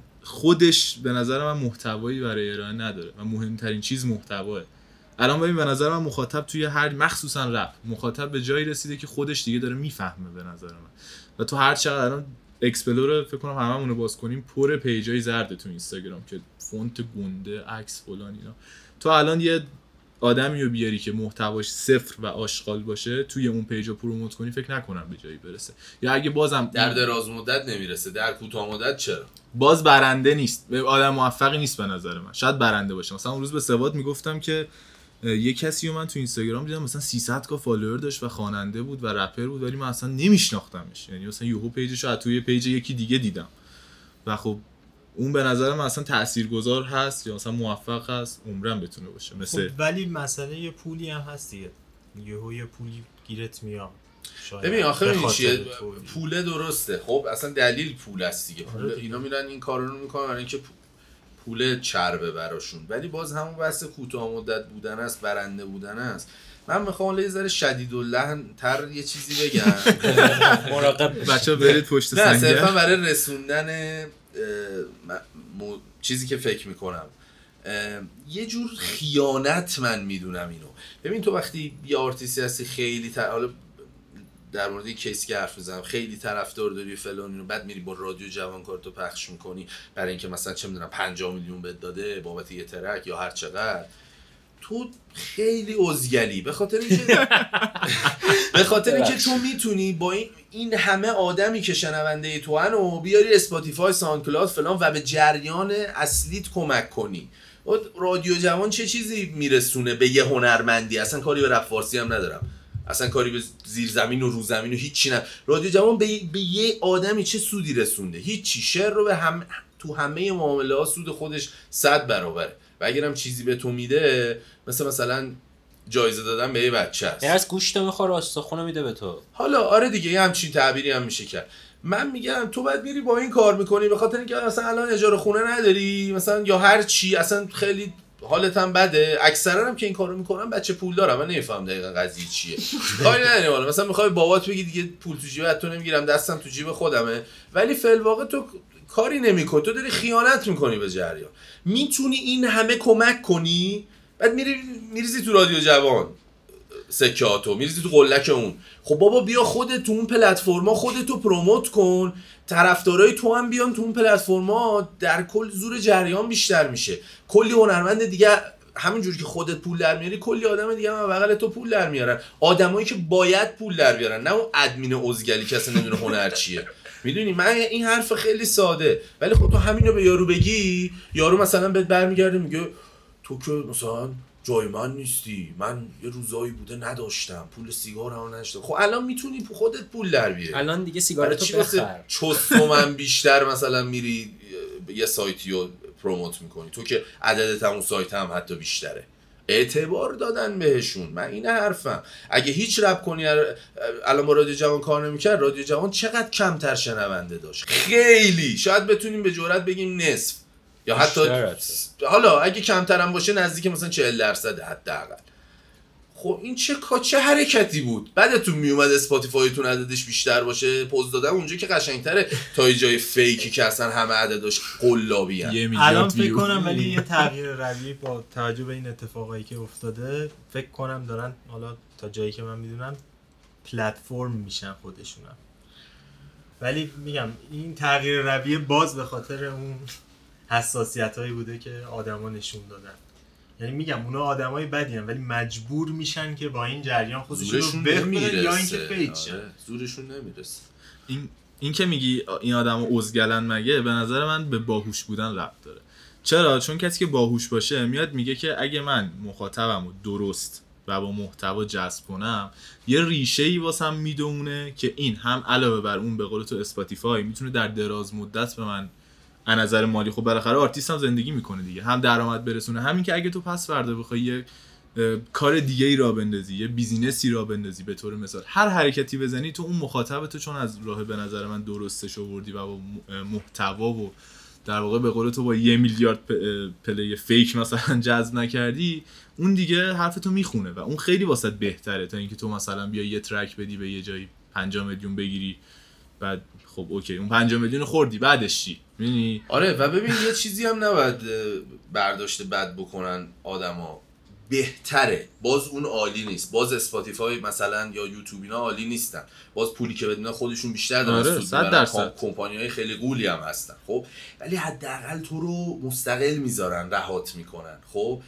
خودش به نظر من محتوایی برای ارائه نداره و مهمترین چیز محتواه. الان ببین به نظر من مخاطب توی هر مخصوصا رپ مخاطب به جایی رسیده که خودش دیگه داره میفهمه به نظر من. و تو هر چقدر الان اکسپلور فکر کنم هممون باز کنیم پر پیجای زرد تو اینستاگرام که فونت گنده، عکس فلان اینا. تو الان یه آدمی رو بیاری که محتواش صفر و آشغال باشه توی اون پیج رو پروموت کنی، فکر نکنم به جایی برسه. یا اگه بازم در دراز مدت نمیرسه، در کوتاه مدت چرا؟ باز برنده نیست، آدم موفقی نیست به نظر من. شاید برنده باشه. مثلا اون روز به سواد میگفتم که یه کسی رو من تو اینستاگرام دیدم مثلا 300 تا فالوور داشت و خواننده بود و رپر بود، ولی من اصلا نمیشناختمش. یعنی مثلا یهو پیجش رو توی پیج یکی دیگه دیدم و خب اون به نظر من اصلا تاثیرگذار هست یا مثلا موفق هست، عمرم بتونه باشه. مثل خب ولی مسئله یه پولی هم هست دیگه، یه پولی گیرت میاد. ببین آخه میشه پوله درسته، خب اصلا دلیل پول است دیگه. پول اینا میرن این کارا رو میکنن برای اینکه پول چربه براشون، ولی باز همون بحث کوتاه مدت بودن است، برنده بودن است. من میخوام یه ذره شدیداللحن تر یه چیزی بگم. مراقب بچه‌ها برید پشت سنگ. نه صرفا برای رسوندن چیزی که فکر میکنم یه جور خیانت من میدونم اینو. ببین تو وقتی یه آرتیستی هستی خیلی حالا در مورد این کیس که حرف میزنم خیلی طرفدار داری فلان اینو، بعد میری با رادیو جوان کارتو پخش میکنی برای اینکه مثلا چه میدونم 50 میلیون بهت داده بابت یه ترک یا هر چقدر، تو خیلی عزگلی به خاطر اینکه تو میتونی با این همه آدمی که شنونده تو انو بیاری اسپاتیفای، ساوندکلاود فلان و به جریان اصلیت کمک کنی. رادیو جوان چه چیزی میرسونه به یه هنرمندی؟ اصلا کاری به رپ فارسی هم ندارم، اصلا کاری به زیرزمین و روزمین و هیچی نه. رادیو جوان به یه آدمی چه سودی رسونده؟ هیچی. شعر رو تو همه معامله ها سود خودش 100 برابره و اگرم چیزی به تو میده مثلا جایزه دادن به یه بچه است، از گوشت میخوره استخونه میده به تو. حالا آره دیگه یه همچین تعبیری هم میشه کرد. من میگم تو باید میری با این کار میکنی به خاطر اینکه مثلا الان اجاره خونه نداری مثلا یا هر چی، اصلا خیلی حالت هم بده. اکثرا هم که این کارو میکنن بچه پول دارن، من نمیفهم دقیقاً قضیه چیه. کاری نداریم حالا مثلا میخوای بابات بگی دیگه پول تو جیبت تو نمیگیرم دستم تو جیب خودمه، ولی فی الواقع تو کاری نمیکنی، تو داری خیانت میکنی به جریان. میتونی این همه کمک کنی بعد میریزی تو رادیو جوان سکاتو، میریزی تو قلک اون. خب بابا بیا خودت تو اون پلتفرما خودتو پروموت کن، طرفدارای تو هم بیان تو اون پلتفرما، در کل زور جریان بیشتر میشه. کلی هنرمند دیگه همونجوری که خودت پول در میاری کلی آدم دیگه هم بغل تو پول در میارن، آدمایی که باید پول در بیارن، نه اون ادمین ازگلی که اصلا نمیدونه هنر چیه. میدونی من این حرف خیلی ساده، ولی خب تو همینو به یارو بگی، یارو مثلا بهت برمیگرده میگه تو که مثلا جای من نیستی، من یه روزایی بوده نداشتم پول سیگارمو نداشتم. خب الان میتونی خودت پول در بیاری، الان دیگه سیگارتو بخر. چوستو من بیشتر مثلا میری یه سایتیو پروموت میکنی، تو که عددت هم اون سایت هم حتی بیشتره. اعتبار دادن بهشون. من این حرفم. اگه هیچ رپ کنی الان با رادیو جوان کار نمیکرد، رادیو جوان چقدر کمتر شنونده داشت؟ خیلی، شاید بتونیم به جرئت بگیم نصف یا حتی حالا اگه کمتر هم باشه نزدیک مثلا 40% حداقل. خب این چه حرکتی بود؟ بعدتون میومد اسپاتیفایتون عددش بیشتر باشه، پوز دادم اونجا که قشنگتره تا یه جای فیکی که اصلا همه عدداش قلابی ان. الان فکر کنم ولی یه تغییر رویه با توجه به این اتفاقایی که افتاده فکر کنم دارن حالا تا جایی که من میدونم پلتفرم میشن خودشونم. ولی میگم این تغییر رویه باز به خاطر اون حساسیتایی بوده که آدما نشون دادن. یعنی میگم اونا آدمای بدی ان ولی مجبور میشن که با این جریان خودشون رو بخورن یا اینکه فیت شن. زورشون نمیرسه. این که میگی این آدمو عزگلن مگه به نظر من به باهوش بودن ربط داره. چرا؟ چون کسی که باهوش باشه میاد میگه که اگه من مخاطبمو درست و با محتوا جذب کنم یه ریشه‌ای واسم میدونه که این هم علاوه بر اون به قول تو اسپاتیفای میتونه در دراز مدت به من از نظر مالی، خب بالاخره آرتیست هم زندگی میکنه دیگه، هم درآمد برسونه، همین که اگه تو پس فردا بخوای یه کار دیگه ای را بندازی، یه بیزینسی را بندازی، به طور مثال هر حرکتی بزنی تو اون مخاطب تو چون از راه به نظر من درستش آوردی و با محتوا و در واقع به قول تو با 1 میلیارد پلی فیک مثلا جذب نکردی، اون دیگه حرفتو میخونه و اون خیلی واسط بهتره تا اینکه تو مثلا بیا یه ترک بدی به یه جایی 50 میلیون بگیری بعد خب اوکی اون 50 میلیون خوردی بعدش چی؟ می‌بینی؟ آره و ببین یه چیزی هم نباید برداشت بد بکنن آدما. بهتره، باز اون عالی نیست، باز اسپاتیفای مثلا یا یوتیوب اینا عالی نیستن، باز پولی که بدن خودشون بیشتر دارن سود میبرن، کمپانی‌های خیلی قولی هم هستن خب، ولی حداقل تو رو مستقل میذارن، رهات میکنن خب،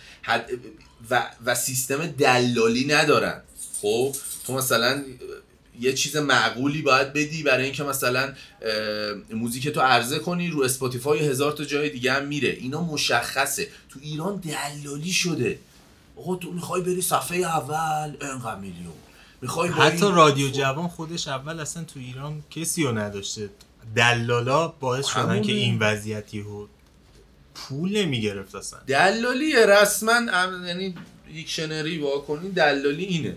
و سیستم دلالی ندارن خب. تو مثلا یه چیز معقولی باید بدی برای اینکه مثلا موزیک تو عرضه کنی، رو اسپاتیفای 1000 تا جای دیگه هم میره، اینا مشخصه. تو ایران دلالی شده. آقا تو میخوای بری صفحه اول انقدر میلیون، میخوای حتی رادیو جوان خودش اول اصلا تو ایران کسی رو نداشته، دلالا باعث شدن که این وضعیتی پول نمیگرفت اصلا. دلالی رسما یعنی دیکشنری واکنین دلالی اینه.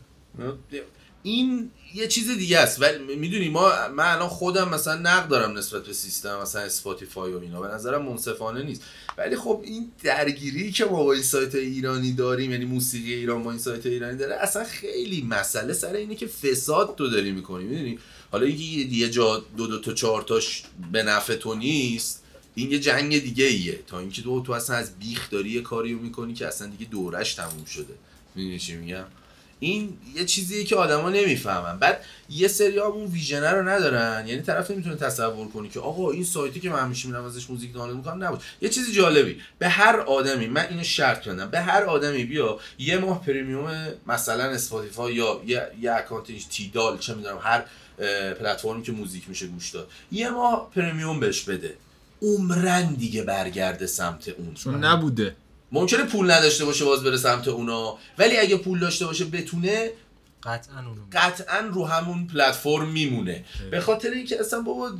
این یه چیز دیگه است. ولی میدونی من الان خودم مثلا نقد دارم نسبت به سیستم مثلا اسپاتیفای و اینا، به نظرم منصفانه نیست. ولی خب این درگیری که ما با این سایت ایرانی داریم، یعنی موسیقی ایران با این سایت ایرانی داره، اصلا خیلی مسئله سر اینه که فساد تو داری میکنی. میدونی حالا اینکه یه جا 2 تا 4 تاش به نفع تو نیست، این یه جنگ دیگه ایه، تا اینکه تو اصلا از بیخ داری یه کاریو میکنی که اصلا دیگه دورش تموم شده. میدونی چی میگم؟ این یه چیزیه که آدما نمیفهمن. بعد یه سری اون ویژن رو ندارن، یعنی طرف نمیتونه تصور کنه که آقا این سایتی که من همیشه میرم ازش موزیک دانلود میکنم نبود. یه چیزی جالبی به هر آدمی، من اینو شرط کردم، به هر آدمی بیا یه ماه پرمیوم مثلا اسپاتیفای یا یه اکانت تیدال چه میدونم هر پلتفرمی که موزیک میشه گوش داد، یه ماه پرمیوم بهش بده، عمرن دیگه برگرده سمت اون. چون نبوده. ممکنه پول نداشته باشه باز بره سمت اونا، ولی اگه پول داشته باشه بتونه قطعاً رو همون پلتفرم میمونه. به خاطر اینکه اصلا بابا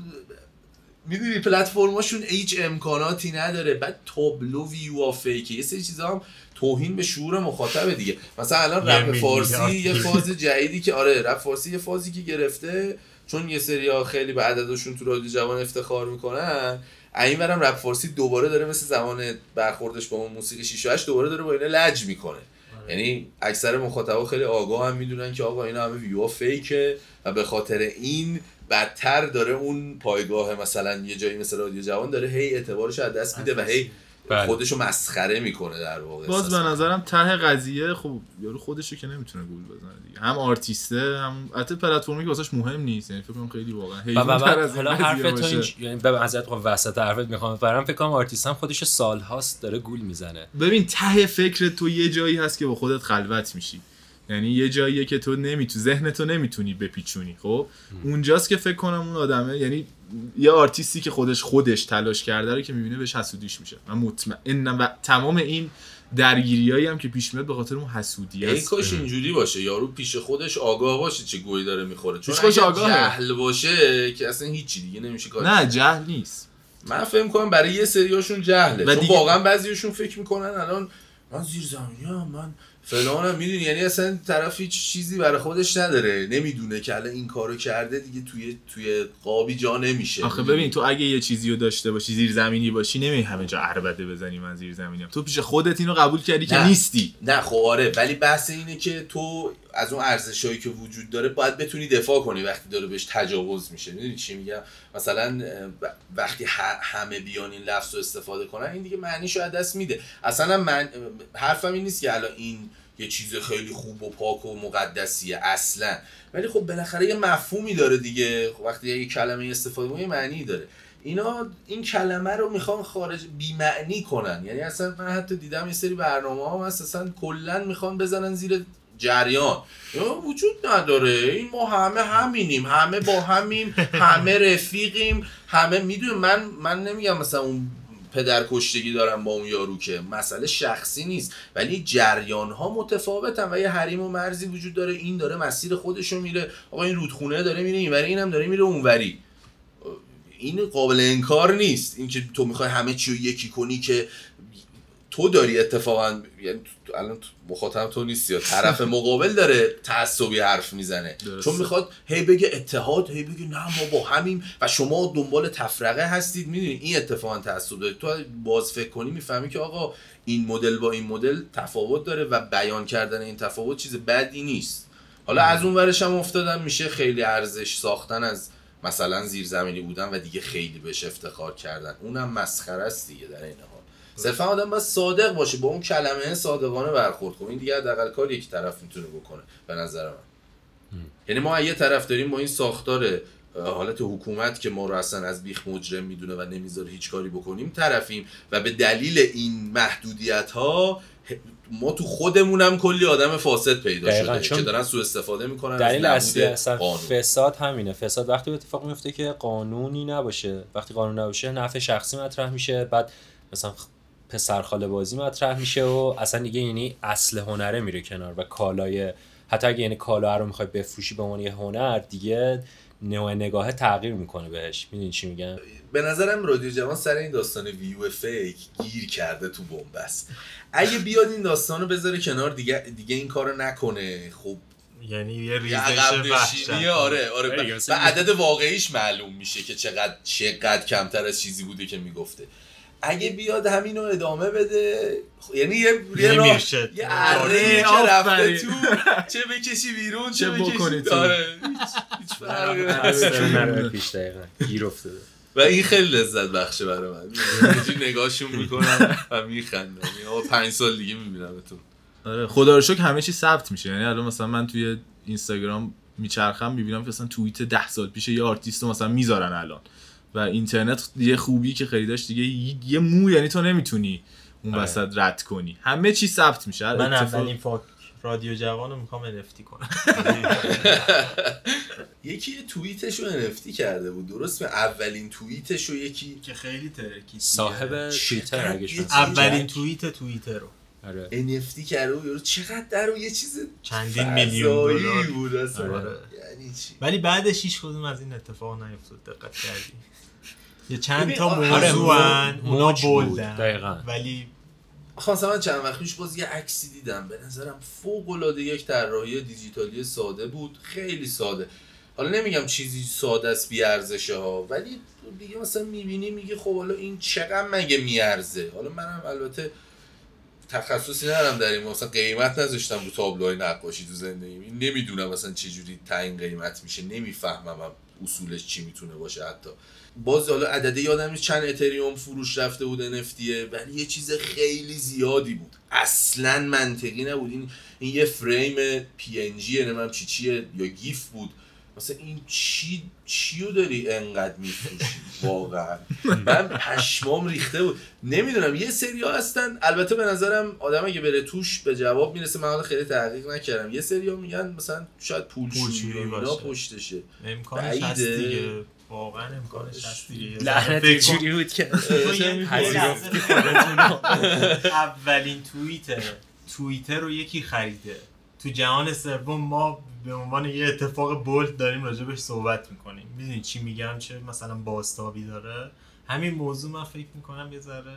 میدونی پلتفرماشون هیچ امکاناتی نداره. بعد تابلو ویو فیک، یه سری چیزا هم توهین به شعور مخاطب دیگه. مثلا الان رپ فارسی یه فاز جدیدی که رپ فارسی یه فازی که گرفته، چون یه سری‌ها خیلی به عددشون تو رادیو جوان افتخار میکنن، اینورم رپ فارسی دوباره داره مثل زمان برخوردش با اون موسیقی 6 و 8 دوباره داره با اینا لج میکنه. یعنی اکثر مخاطبا خیلی آگاه هم میدونن که آقا اینا همه ویو فیکه و به خاطر این بدتر داره اون پایگاه مثلا یه جایی مثل رادیو جوان داره هی اعتبارش از دست میده و هی خودشو مسخره میکنه در واقع. باز به نظرم ته قضیه خب یارو خودشو که نمیتونه گول بزنه دیگه، هم آرتیسته هم البته پلتفرمی که واسش مهم نیست، یعنی فکر کنم خیلی واقعا حیوان‌تر از این حرف تو یعنی به حضرت وسط حرفت میخوام بفرمام، فکر کنم آرتیست هم خودشو سال‌هاست داره گول میزنه. ببین ته فکر تو یه جایی هست که با خودت خلوت میشی، یعنی یه جاییه که تو ذهن تو نمیتونی بپیچونی. خب اونجاست که فکر کنم اون آدمه، یعنی یه آرتیستی که خودش تلاش کرده رو که میبینه بهش حسودیش میشه. من مطمئنم و تمام این درگیریایی هم که پیش میاد به خاطر اون حسودی است. ای کاش اینجوری باشه، یارو پیش خودش آگاه باشه چه گویی داره میخوره. چون اگه جهل باشه که اصلا هیچی دیگه نمیشه کار. نه جهل نیست، من فکر می‌کنم برای یه سریاشون جهله، چون واقعا بعضیاشون فکر میکنن الان من زیرزمینیام، من فلانم، میدونی، یعنی اصلا طرف هیچ چیزی برای خودش نداره، نمیدونه که الان این کارو کرده دیگه توی قابی جا نمیشه. آخه ببین تو اگه یه چیزی رو داشته باشی زیرزمینی باشی، نمی همه جا عربده بزنی من زیرزمینیام. تو پیش خودت اینو قبول کردی که نیستی. نه خب آره، ولی بحث اینه که تو از اون ارزشایی که وجود داره باید بتونی دفاع کنی وقتی داره بهش تجاوز میشه. میدونی چی میگم؟ مثلا وقتی همه بیان این لفظ رو استفاده کنن، این دیگه معنیشو از دست میده. اصلا من حرفم این نیست که الان این یه چیز خیلی خوب و پاک و مقدسیه اصلا، ولی خب بالاخره یه مفهومی داره دیگه. خب وقتی یه کلمه استفاده کنی یه معنی داره. اینا این کلمه رو میخوان خارج بی معنی کنن. یعنی اصلا من حتی دیدم یه سری برنامه‌ها اصلا کلا میخوان بزنن زیر جریان وجود نداره، این ما همه همینیم، همه با همیم، همه رفیقیم، همه میدونیم. من نمیگم مثلا اون پدرکشتگی دارم با اون یارو، که مسئله شخصی نیست، ولی جریان ها متفاوتن و یه حریم و مرزی وجود داره. این داره مسیر خودشو میره، آقا این رودخونه داره میره اینوری، اینم داره میره اونوری. این قابل انکار نیست. این که تو میخوای همه چی رو یکی کنی که تو داری اتفاقا، یعنی الان مخاطب تو نیستی یا طرف مقابل داره تعصبی حرف میزنه، چون میخواد هی بگه اتحاد، هی بگه نه ما با همیم و شما دنبال تفرقه هستید. میدونی این اتفاقا تعصب داره. تو باز فکر کنی میفهمی که آقا این مدل با این مدل تفاوت داره و بیان کردن این تفاوت چیز بدی نیست. حالا از اون ورش هم افتادن میشه خیلی ارزش ساختن از مثلا زیرزمینی بودن و دیگه خیلی بهش افتخار کردن، اونم مسخره است دیگه. در این حال صرفا آدم باید صادق باشه، با اون کلمه صادقانه برخورد کنه. این دیگه حداقل کاری یک طرف میتونه بکنه به نظر من. یعنی ما یه طرف داریم با این ساختار حالت حکومت که ما رو اصلا از بیخ مجرم میدونه و نمیذاره هیچ کاری بکنیم طرفیم، و به دلیل این محدودیت ها ما تو خودمونم کلی آدم فاسد پیدا شده که دارن سوء استفاده میکنن. دلیل اصلی اصلا فساد همینه. فساد وقتی اتفاق میفته که قانونی نباشه. وقتی قانون نباشه نفع شخصی مطرح میشه، بعد مثلا پسرخاله بازی مطرح میشه و اصلا دیگه یعنی اصل هنره میره کنار و کالای، حتی اگه یعنی کالا رو میخوای بفروشی به عنوان یه هنر، دیگه نوع نگاه تغییر میکنه بهش. میدونی چی میگم؟ به نظرم رادیو جوان سر این داستان ویو فیک گیر کرده تو بنبست. اگه بیاد این داستانو بذاره کنار، دیگه این کارو نکنه. خب یعنی یه ریزش وحشت. آره و عدد واقعیش معلوم میشه که چقدر کمتر از چیزی بوده که میگفته. اگه بیاد همینو ادامه بده، یعنی یه اره که رفته تو، چه بکشی بیرون چه بکشی داره، هیچ فرقی پیش دقیقا گیر افتاده. و این خیلی لذت بخشه برای من. یه نگاهشون میکنم و میخندم. 5 سال دیگه میبینم تو. آره خدا رو شکر همه چی ثبت میشه. یعنی الان مثلا من توی اینستاگرام میچرخم میبینم که مثلا توییت 10 سال پیش یه آرتیست رو مثلا میذارن الان. و اینترنت یه خوبی که خیلی داشت دیگه یه مو، یعنی تو نمیتونی اون وسط رد کنی، همه چی ثبت میشه. من اولین فاک رادیو جوانو میخوام NFT کنم. یکی توییتشو NFT کرده بود، درست؟ اولین توییتشو یکی که خیلی ترکید صاحب توییتر اگه شد اولین توییتر رو آره NFT کرده بود. یارو چقدر در یه چیز چندین میلیون دلار بود اصلا. آره. یعنی چی؟ ولی بعدش هیچ کدوم از این اتفاق نیفتاد. دقت کردی؟ یه چند تا آره، موضوعن اونا موج بود. بولدن دقیقاً. ولی خواستم من چند وقت پیش باز یه عکسی دیدم، به نظرم فوق‌العاده یک طراحی دیجیتالی ساده بود، خیلی ساده. حالا نمیگم چیزی ساده است بی ارزشه ها، ولی دیگه مثلا میبینی میگه خب حالا این چقدر مگه میارزه. حالا منم البته تخصصی ندارم در این، مثلا قیمت نذاشتم رو تابلوهای نقاشی تو زندگیم، نمیدونم مثلا چه جوری تعیین قیمت میشه، نمیفهمم اصولش چی میتونه باشه. حتی باز حالا عدده یادم نیست چند اتریوم فروش رفته بود NFT، ولی یه چیز خیلی زیادی بود، اصلا منطقی نبود. این یه فریم PNG نمیدونم چیه یا گیف بود، مثلا این چیو داری انقدر میفروشی واقعا. من پشمام ریخته بود. نمیدونم یه سریا هستن، البته به نظرم آدم اگه بره توش به جواب میرسه. من حالا خیلی تحقیق نکردم، یه سریا میگن مثلا شاید پولشویی اینا پشتشه، امکانش هست دیگه، واقعا امکانش هست دیگه. لعنت یه جوری بود که پذیرفتی خودتونو. اولین توییتر رو یکی خریده تو جهان سوم. ما به عنوان یه اتفاق بولد داریم راجبش صحبت میکنیم. میدونی چی میگم؟ چه مثلا بازتابی داره همین موضوع. من فکر میکنم یه ذره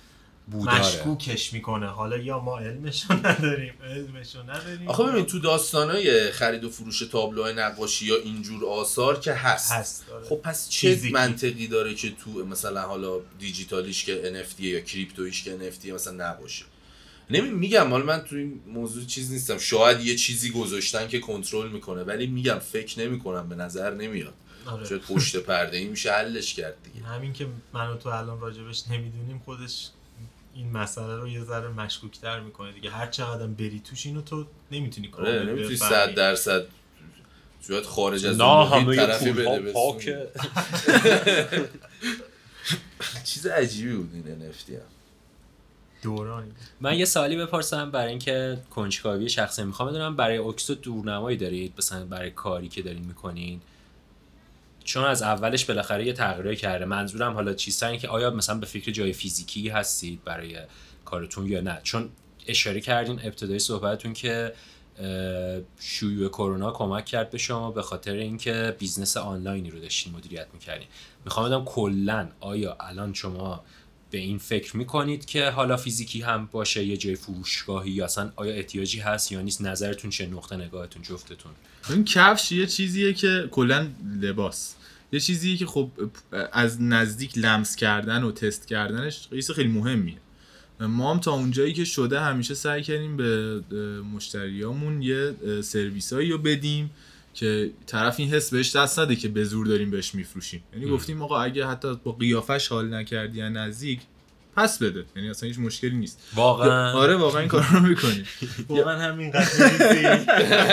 مشکوکش میکنه. حالا یا ما علمشو نداریم. آخه ببین تو داستانای خرید و فروش تابلوهای نقاشی یا اینجور آثار که هست داره. خب پس چه منطقی داره که تو مثلا حالا دیجیتالیش که NFT یا کریپتویش که NFT مثلا نباشه؟ میگم حالا من تو این موضوع چیز نیستم، شاید یه چیزی گذاشتن که کنترل میکنه، ولی میگم فکر نمیکنم، به نظر نمیاد. آره. چه پشت پرده ای میشه حلش کرد دیگه. همین که من و تو الان راجبش نمیدونیم خودش این مسئله رو یه ذره مشکوک‌تر میکنه دیگه. هر چقدر بری توش اینو تو نمیتونی کامل بفهمی. نمیتونی 100% شاید خارج از اون طرفی بده پاکه. چیز عجیبی بود این NFT هم. دورانی. من یه سوالی بپرسم برای اینکه کنجکاوی شخصی میخوام بدونم، برای اوکسو دورنمایی دارید مثلا برای کاری که دارین میکنین؟ چون از اولش بالاخره یه تغییری کرده. منظورم حالا چیزا اینه که آیا مثلا به فکر جای فیزیکی هستید برای کارتون یا نه؟ چون اشاره کردین ابتدای صحبتتون که شیوع کرونا کمک کرد به شما به خاطر اینکه بیزنس آنلاینی رو داشتین مدیریت میکردین. میخوام بدونم کلا آیا الان شما به این فکر میکنید که حالا فیزیکی هم باشه یه جای فروشگاهی، یا اصلا آیا احتیاجی هست یا نیست؟ نظرتون چه؟ نقطه نگاهتون جفتتون؟ این کفش یه چیزیه که کلا لباس یه چیزیه که خب از نزدیک لمس کردن و تست کردنش چیز خیلی مهمیه. ما هم تا اونجایی که شده همیشه سعی کردیم به مشتریامون یه سرویسایی رو بدیم که طرف این حس بهش دست نده که به زور داریم بهش میفروشیم. یعنی گفتیم آقا اگه حتی با قیافش حال نکردی یا نزدیک پس بده، یعنی اصلا هیچ مشکلی نیست. واقعا آره واقعا این کارو میکنیم. واقعا همین قضیه.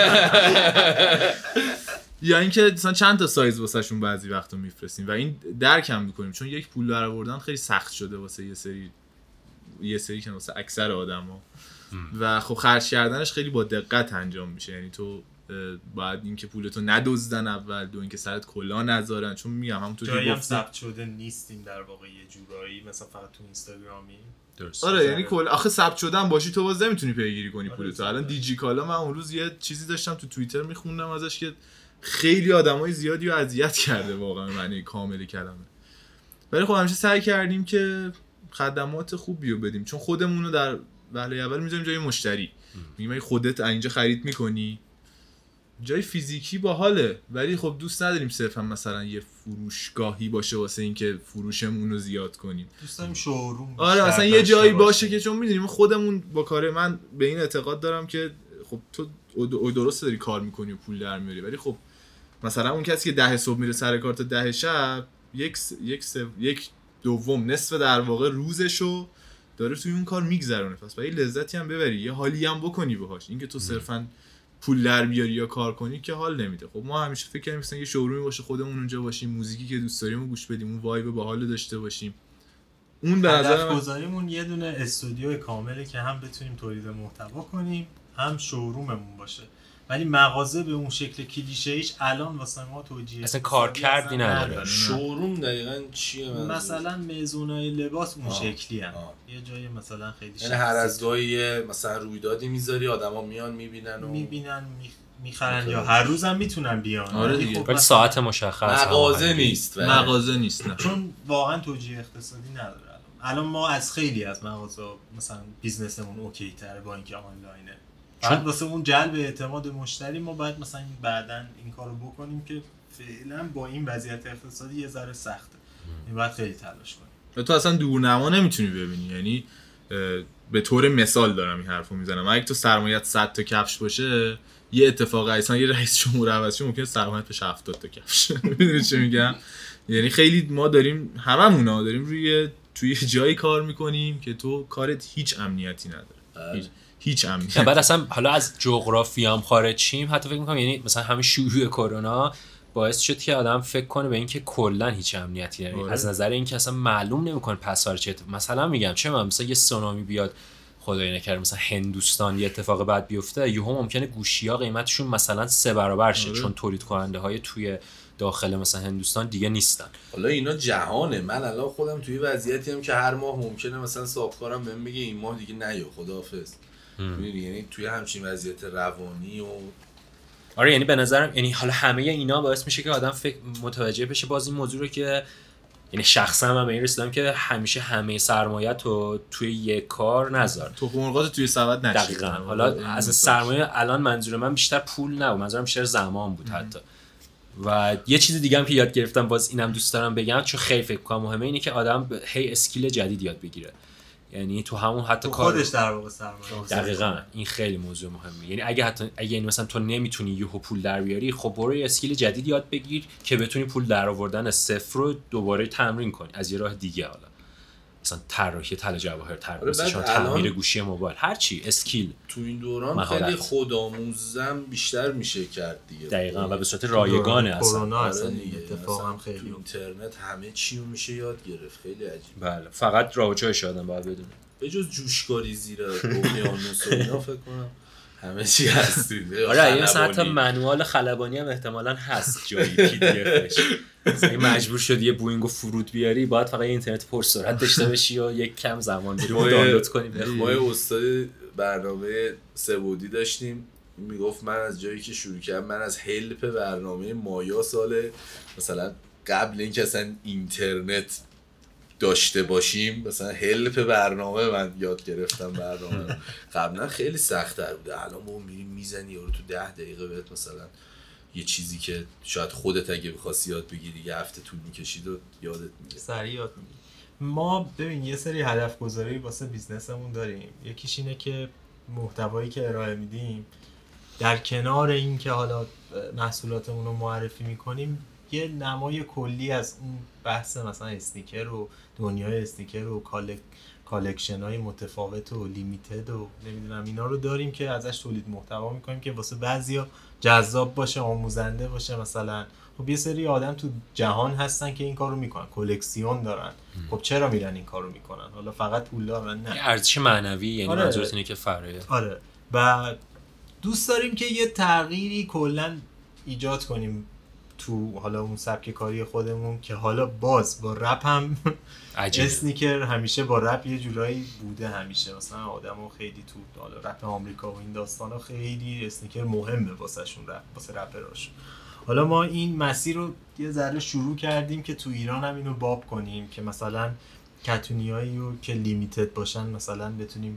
یا اینکه مثلا چند تا سایز واسهشون بعضی وقتا میفرستیم و این درک هم میکنیم، چون یک پول درآوردن خیلی سخت شده واسه یه سری که واسه اکثر آدما و خب خرج کردنش خیلی با دقت انجام میشه. یعنی تو باید اینکه پولتو ندزدن اول، دو اینکه سرت کلا نذارن، چون میگم همونطور که گفتم ثبت شده نیستیم در واقع یه جورایی، مثلا فقط تو اینستاگرامی. درست. آره یعنی کل آخه ثبت شدن باشی تو باز نمیتونی پیگیری کنی پولتو. الان دیجیکالا من اون روز یه چیزی داشتم تو توییتر میخوندم ازش که خیلی آدمای زیادی رو اذیت کرده واقعا معنی کامل کلمه. ولی خب همیشه سعی کردیم که خدمات خوبی رو بدیم، چون خودمون رو در وهله اول میذاریم جای مشتری. میگیم خودت اینجا خرید میکنی، جای فیزیکی باحاله، ولی خب دوست نداریم صرفا مثلا یه فروشگاهی باشه واسه اینکه فروشمون رو زیاد کنیم. دوست داریم شوروم. آره مثلا یه جایی باشه که چون میدونیم خودمون با کار من به این اعتقاد دارم که خب تو درست داری کار میکنی و پول در میاری، ولی خب مثلا اون کسی که 10 صبح میره سر کار تا 10 شب یک دوم نصف در واقع روزشو داره توی اون کار میگذرونه، پس باید لذتی هم ببری، یه حالی هم بکنی باهاش. اینکه تو صرفاً پول در بیاری یا کار کنی که حال نمیده. خب ما همیشه فکر کنیم مثلا یه شورومی باشه، خودمون اونجا باشیم، موزیکی که دوست داریم رو گوش بدیم، اون وایب باحال داشته باشیم. اون به نظر من گذاریمون یه دونه استودیو کامله که هم بتونیم تولید محتوا کنیم، هم شوروممون باشه. ولی مغازه به اون شکل کلیشه‌ایش الان واسه ما توجیه اصلا کار کردی نداره. شوروم دقیقاً چیه؟ مثلا میزونای لباس اون شکلی هم یه جای مثلا خیلی یعنی هر از گاهی مثلا رویدادی میذاری آدما میان میبینن میخرن یا هر روزم میتونن بیان. آره دیگه. ولی ساعت مشخص مغازه نیست. مغازه نیست نه. چون واقعا توجیه اقتصادی نداره. الان ما از خیلی از مغازه مثلا بیزنسمون اوکی تره با اینکه آنلاینه. چون واسه اون جلب اعتماد مشتری ما باید مثلا بعداً این کارو بکنیم که فعلا با این وضعیت اقتصادی یه ذره سخته. این باید خیلی تلاش کنیم. تو اصلا دورنما نمیتونی ببینی. یعنی به طور مثال دارم این حرفو میزنم، اگه تو سرمایه‌ات 100 تا کفش باشه، یه اتفاق اصلا یه رئیس جمهور عوض شه ممکنه سرمایه‌ات بشه 70 تا کفش. میدونی چه میگم؟ یعنی خیلی ما داریم هممون داریم توی جایی کار میکنیم که تو کارت هیچ امنیتی نداره. هیچ امنیتی. بعد اصلا حالا از جغرافیا هم خارج شیم، حتی فکر میکنم یعنی مثلا همین شیوع کرونا باعث شد که آدم فکر کنه به اینکه کلا هیچ امنیتی نداره. از نظر اینکه اصلا معلوم نمیکنه پسار چه مثلا میگم چه مثلا یه سونامی بیاد خدای نکرده مثلا هندوستان یه اتفاق بعد بیفته، یهو ممکنه گوشی‌ها قیمتشون مثلا 3 برابر شه چون تولید کننده‌های توی داخل مثلا هندوستان دیگه نیستن. حالا اینا جهانه. من الان خودم توی وضعیتی ام که هر ماه ممکنه مثلا صاحبکارم بهم بگه این ماه دیگه نیا خداحافظ. می‌دونی یعنی توی همچین وضعیت روانی و آره یعنی به نظرم یعنی حالا همه اینا باعث میشه که آدم فکر متوجه بشه باز این موضوع رو که یعنی شخصا من به این رسیدم که همیشه همه سرمایه‌تو توی یک کار نذار. تو مرغات توی سبد نشه. دقیقاً. حالا از سرمایه الان منظور من بیشتر پول نه، منظورم بیشتر زمان بود حتی. و یه چیز دیگه هم که یاد گرفتم باز اینم دوست دارم بگم چون خیلی فکر کنم مهمه، اینه که آدم هی اسکیل جدید یاد بگیره. یعنی تو همون حتی کار خودش در واقع سرمایه. دقیقاً این خیلی موضوع مهمه. یعنی اگه این مثلا تو نمیتونی یهو پول در بیاری، خب برو یه اسکیل جدید یاد بگیر که بتونی پول در آوردن از صفر رو دوباره تمرین کنی از یه راه دیگه. حالا مثلا طراحی طلا جواهر، طراحی تعمیر گوشی موبایل، هر چی اسکیل تو این دوران خیلی خودآموزم بیشتر میشه کرد دیگه. دقیقاً و به صورت رایگانه اصلا. کرونا اصلا اتفاق هم خیلی تو اینترنت همه چی رو میشه یاد گرفت. خیلی عجیب. بله فقط راه و چایش آدم باید بدونه. به جز جوشکاری زیر اقیانوس و اینا فکر کنم همه چی هست. آره این حتی منوال خلبانی هم احتمالاً هست جایی پی دی افش. مثلا مجبور شدی یه بوینگو فرود بیاری، باید فقط اینترنت پرسرعت داشته باشی و یک کم زمان بری دانلود کنی. ما یه استاد برنامه سبودی داشتیم میگفت من از جایی که شروع کردم، من از هلپ برنامه مایا سال مثلا قبل اینکه اصلا اینترنت داشته باشیم مثلا هلپ برنامه من یاد گرفتم. برنامه قبلا خیلی سخت‌تر بوده. الان ما میریم میزنی یارو تو 10 دقیقه بهت مثلا یه چیزی که شاید خودت اگه بخواستی یاد بگیری یه هفته طول میکشید و یادت میگیره. سریع یاد میگیری. ما ببین یه سری هدف گذاری واسه بیزنسمون داریم. یکیش اینه که محتوایی که ارائه میدیم در کنار این که حالا محصولاتمون رو معرفی میکنیم یه نمای کلی از اون بحث مثلا استیکر و دنیای استیکر و کالکشن های متفاوت و لیمیتد و نمیدونم اینا رو داریم که ازش تولید محتوا میکنیم که واسه بعضیا جذاب باشه، آموزنده باشه. مثلا خب یه سری آدم تو جهان هستن که این کارو میکنن، کلکسیون دارن. خب چرا میرن این کارو میکنن؟ حالا فقط پول دارن؟ نه، ارزش معنوی. یعنی آره. منظورت اینه که فرایه. آره. و دوست داریم که یه تغییری کلا ایجاد کنیم تو حالا اون سبک کاری خودمون که حالا باز با رپ هم اسنیکر همیشه با رپ یه جورایی بوده. همیشه مثلا آدمو خیلی تو حالا رپ آمریکا و این داستانا خیلی اسنیکر مهمه واسهشون، واسه رپراشون. حالا ما این مسیر رو یه ذره شروع کردیم که تو ایران هم اینو باب کنیم که مثلا کتونیایی رو که لیمیتد باشن مثلا بتونیم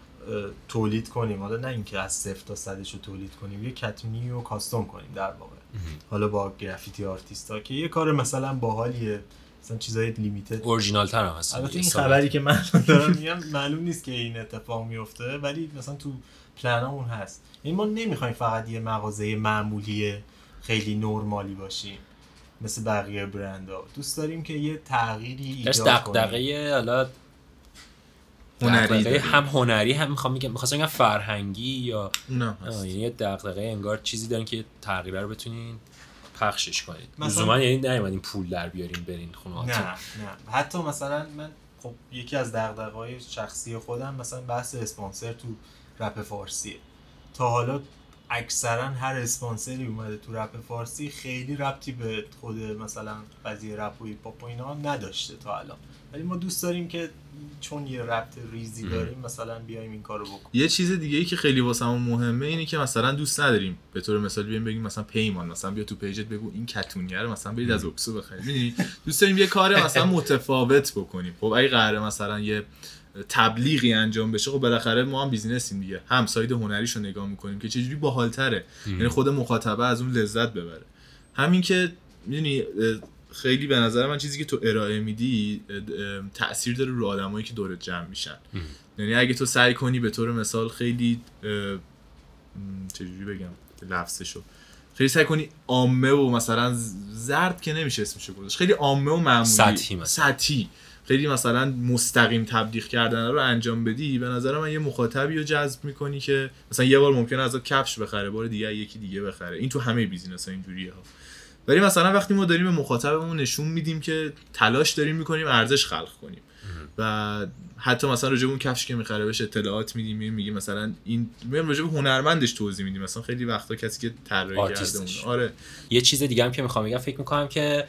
تولید کنیم. حالا نه اینکه از 0 تا 100 رو تولید کنیم، یه کتونی رو کاستوم کنیم در واقع. حالا با گرافیتی آرتیستا که یه کار مثلا باحالیه، مثلا چیزای لیمیتد اورجینال تر هم هست. البته این خبری که من دارم میگم معلوم نیست که این اتفاق میفته، ولی مثلا تو پلنامون هست. یعنی ما نمیخوایم فقط یه مغازه معمولی خیلی نرمالی باشیم مثل بقیه برندها. دوست داریم که یه تغییری ایجاد کنیم. دغدغه حالا هنری هم هنری هم می‌خواستم بگم فرهنگی یا اونم هست. یعنی دغدغه انگار چیزی دارین که تغییر رو بتونین پخشش کنید. مثلا لزوما یعنی نیومدین پول در بیارین برین خونه‌هاتون. نه حتی مثلا من خب یکی از دغدغه‌های شخصی خودم مثلا بحث اسپانسر تو رپ فارسیه. تا حالا اکثرا هر اسپانسری اومده تو رپ فارسی خیلی ربطی به خود مثلا قضیه رپ و هیپ هاپ و اینا نداشته تا الان، ولی ما دوست داریم که چون یه ربط ریزی داریم مثلا بیایم این کارو بکنیم. یه چیز دیگه ای که خیلی واسمون مهمه اینه که مثلا دوست نداریم به طور مثال بیایم بگیم مثلا پیمان مثلا بیا تو پیجت بگو این کتونیه رو مثلا برید از اکسو بخرید. میدونی دوست داریم یه کار مثلا متفاوت بکنیم. خب اگه قراره مثلا یه تبلیغی انجام بشه خب بالاخره ما هم بیزینسیم دیگه، هم ساید هنریشو نگاه میکنیم که چجوری باحال‌تره، یعنی خود مخاطبه از اون لذت ببره. همین که میدونی خیلی به نظر من چیزی که تو ارائه میدی تأثیر داره رو آدمایی که دورت جمع میشن. یعنی اگه تو سعی کنی به طور مثال خیلی چجوری بگم لفظشو خیلی سعی کنی عامه و مثلا زرد که نمیشه اسمشو گذاشت، خیلی عامه و معمولی سطحی خیلی مثلا مستقیم تبلیغ کردن رو انجام بدی، به نظر من یه مخاطبی رو جذب میکنی که مثلا یه بار ممکنه ازت کفش بخره، بار دیگه یکی دیگه بخره. این تو همه بیزینس‌ها اینجوریه ها. ولی مثلا وقتی ما داریم به مخاطبمون نشون میدیم که تلاش داریم میکنیم ارزش خلق کنیم و حتی مثلا راجع به اون کفش که میخره بهش اطلاعات میدیم، میگیم مثلا این میگم راجع به هنرمندش توضیح میدیم، مثلا خیلی وقتا کسی که طراحی کرده اون. آره یه چیز دیگه هم که میخوام بگم، فکر میکنم که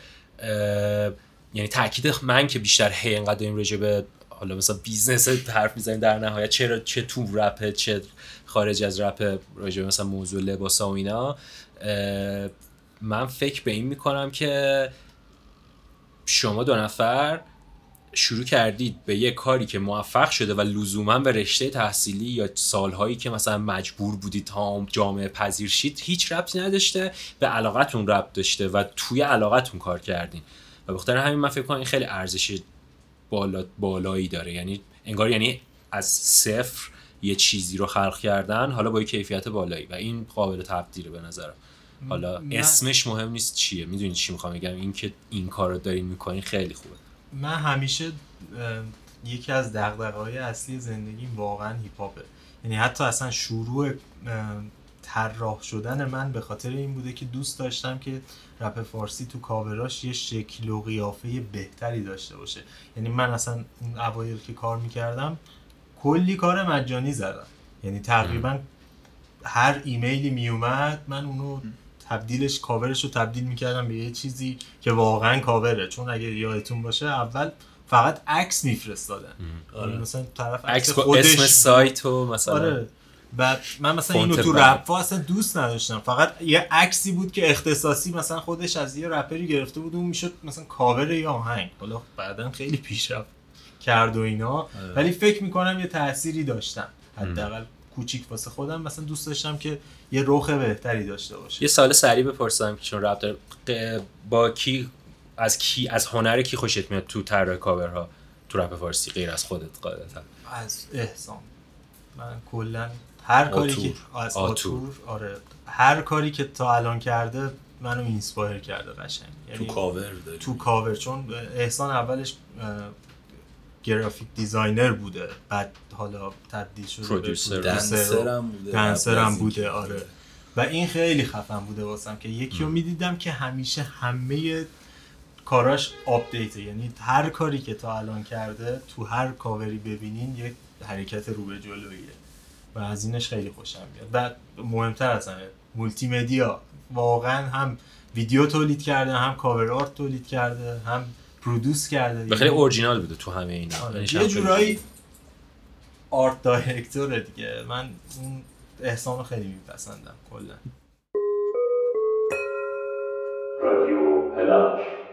یعنی تاکید من که بیشتر اینقدر داریم راجع به حالا مثلا بیزنس حرف میزنیم، در نهایت چه تو رپ چه خارج از رپ راجع به مثلا موضوع لباسا و اینا، من فکر به این میکنم که شما دو نفر شروع کردید به یه کاری که موفق شده و لزوما به رشته تحصیلی یا سالهایی که مثلا مجبور بودید تا جامعه پذیر شید هیچ ربطی نداشته، به علاقتون ربط داشته و توی علاقتون کار کردین و به خاطر همین من فکر کنم این خیلی ارزش بالایی داره. یعنی انگار یعنی از صفر یه چیزی رو خلق کردن حالا با یه کیفیت بالایی و این قابل تبدیله به نظرم. حالا اسمش مهم نیست چیه، میدونی چی میخوام بگم، این که این کار رو دارین میکنین خیلی خوبه. من همیشه یکی از دغدغه‌های اصلی زندگیم واقعا هیپ هاپه. یعنی حتی اصلا شروع طراح شدن من به خاطر این بوده که دوست داشتم که رپ فارسی تو کاوراش یه شکل و قیافه بهتری داشته باشه. یعنی من اصلا اون اوایل که کار میکردم کلی کار مجانی زدم، یعنی تقریبا هر ایمیلی میومد من اونو کاورش رو تبدیل میکردم به یه چیزی که واقعا کاوره. چون اگه یادتون باشه اول فقط عکس میفرستادن، آره. مثلا طرف عکس خودش اسم سایت و مثلا آره. و من مثلا اینو تو رپ اصلا دوست نداشتم، فقط یه عکسی بود که اختصاصی مثلا خودش از یه رپری گرفته بود اون میشد مثلا کاور یا آهنگ. حالا بعدن خیلی پیشرفت کرد و اینا، ولی فکر میکنم یه تأثیری داشتم، حداقل کوچیک واسه خودم. مثلا دوست داشتم که یه رخ بهتری داشته باشه. یه سوال سریع بپرسم که چون رپ داره، با کی از هنر کی خوشت میاد تو طراحی کاورها تو رپ فارسی غیر از خودت؟ قاعدتا از احسان. من کلا هر کاری که از آتور آره هر کاری که تا الان کرده منو اینسپایر کرده قشنگ. یعنی تو کاور داری. تو کاور، چون احسان اولش گرافیک دیزاینر بوده، بعد حالا تبدیل شده به دنسرم بوده. آره و این خیلی خفن بوده واسم که یکی رو میدیدم که همیشه همه کاراش آپدیته. یعنی هر کاری که تا الان کرده تو هر کاوری ببینین یک حرکت رو به جلویه و از اینش خیلی خوشم میاد. بعد مهمتر از همه مولتی مدیا، واقعا هم ویدیو تولید کرده، هم کاور آرت تولید کرده، هم پرودوس کرده. خیلی اورجینال بوده تو همه اینا. یه جورایی آرت دایرکتوره دیگه. من اون احسان رو خیلی میپسندم کلا. رادیو پلاش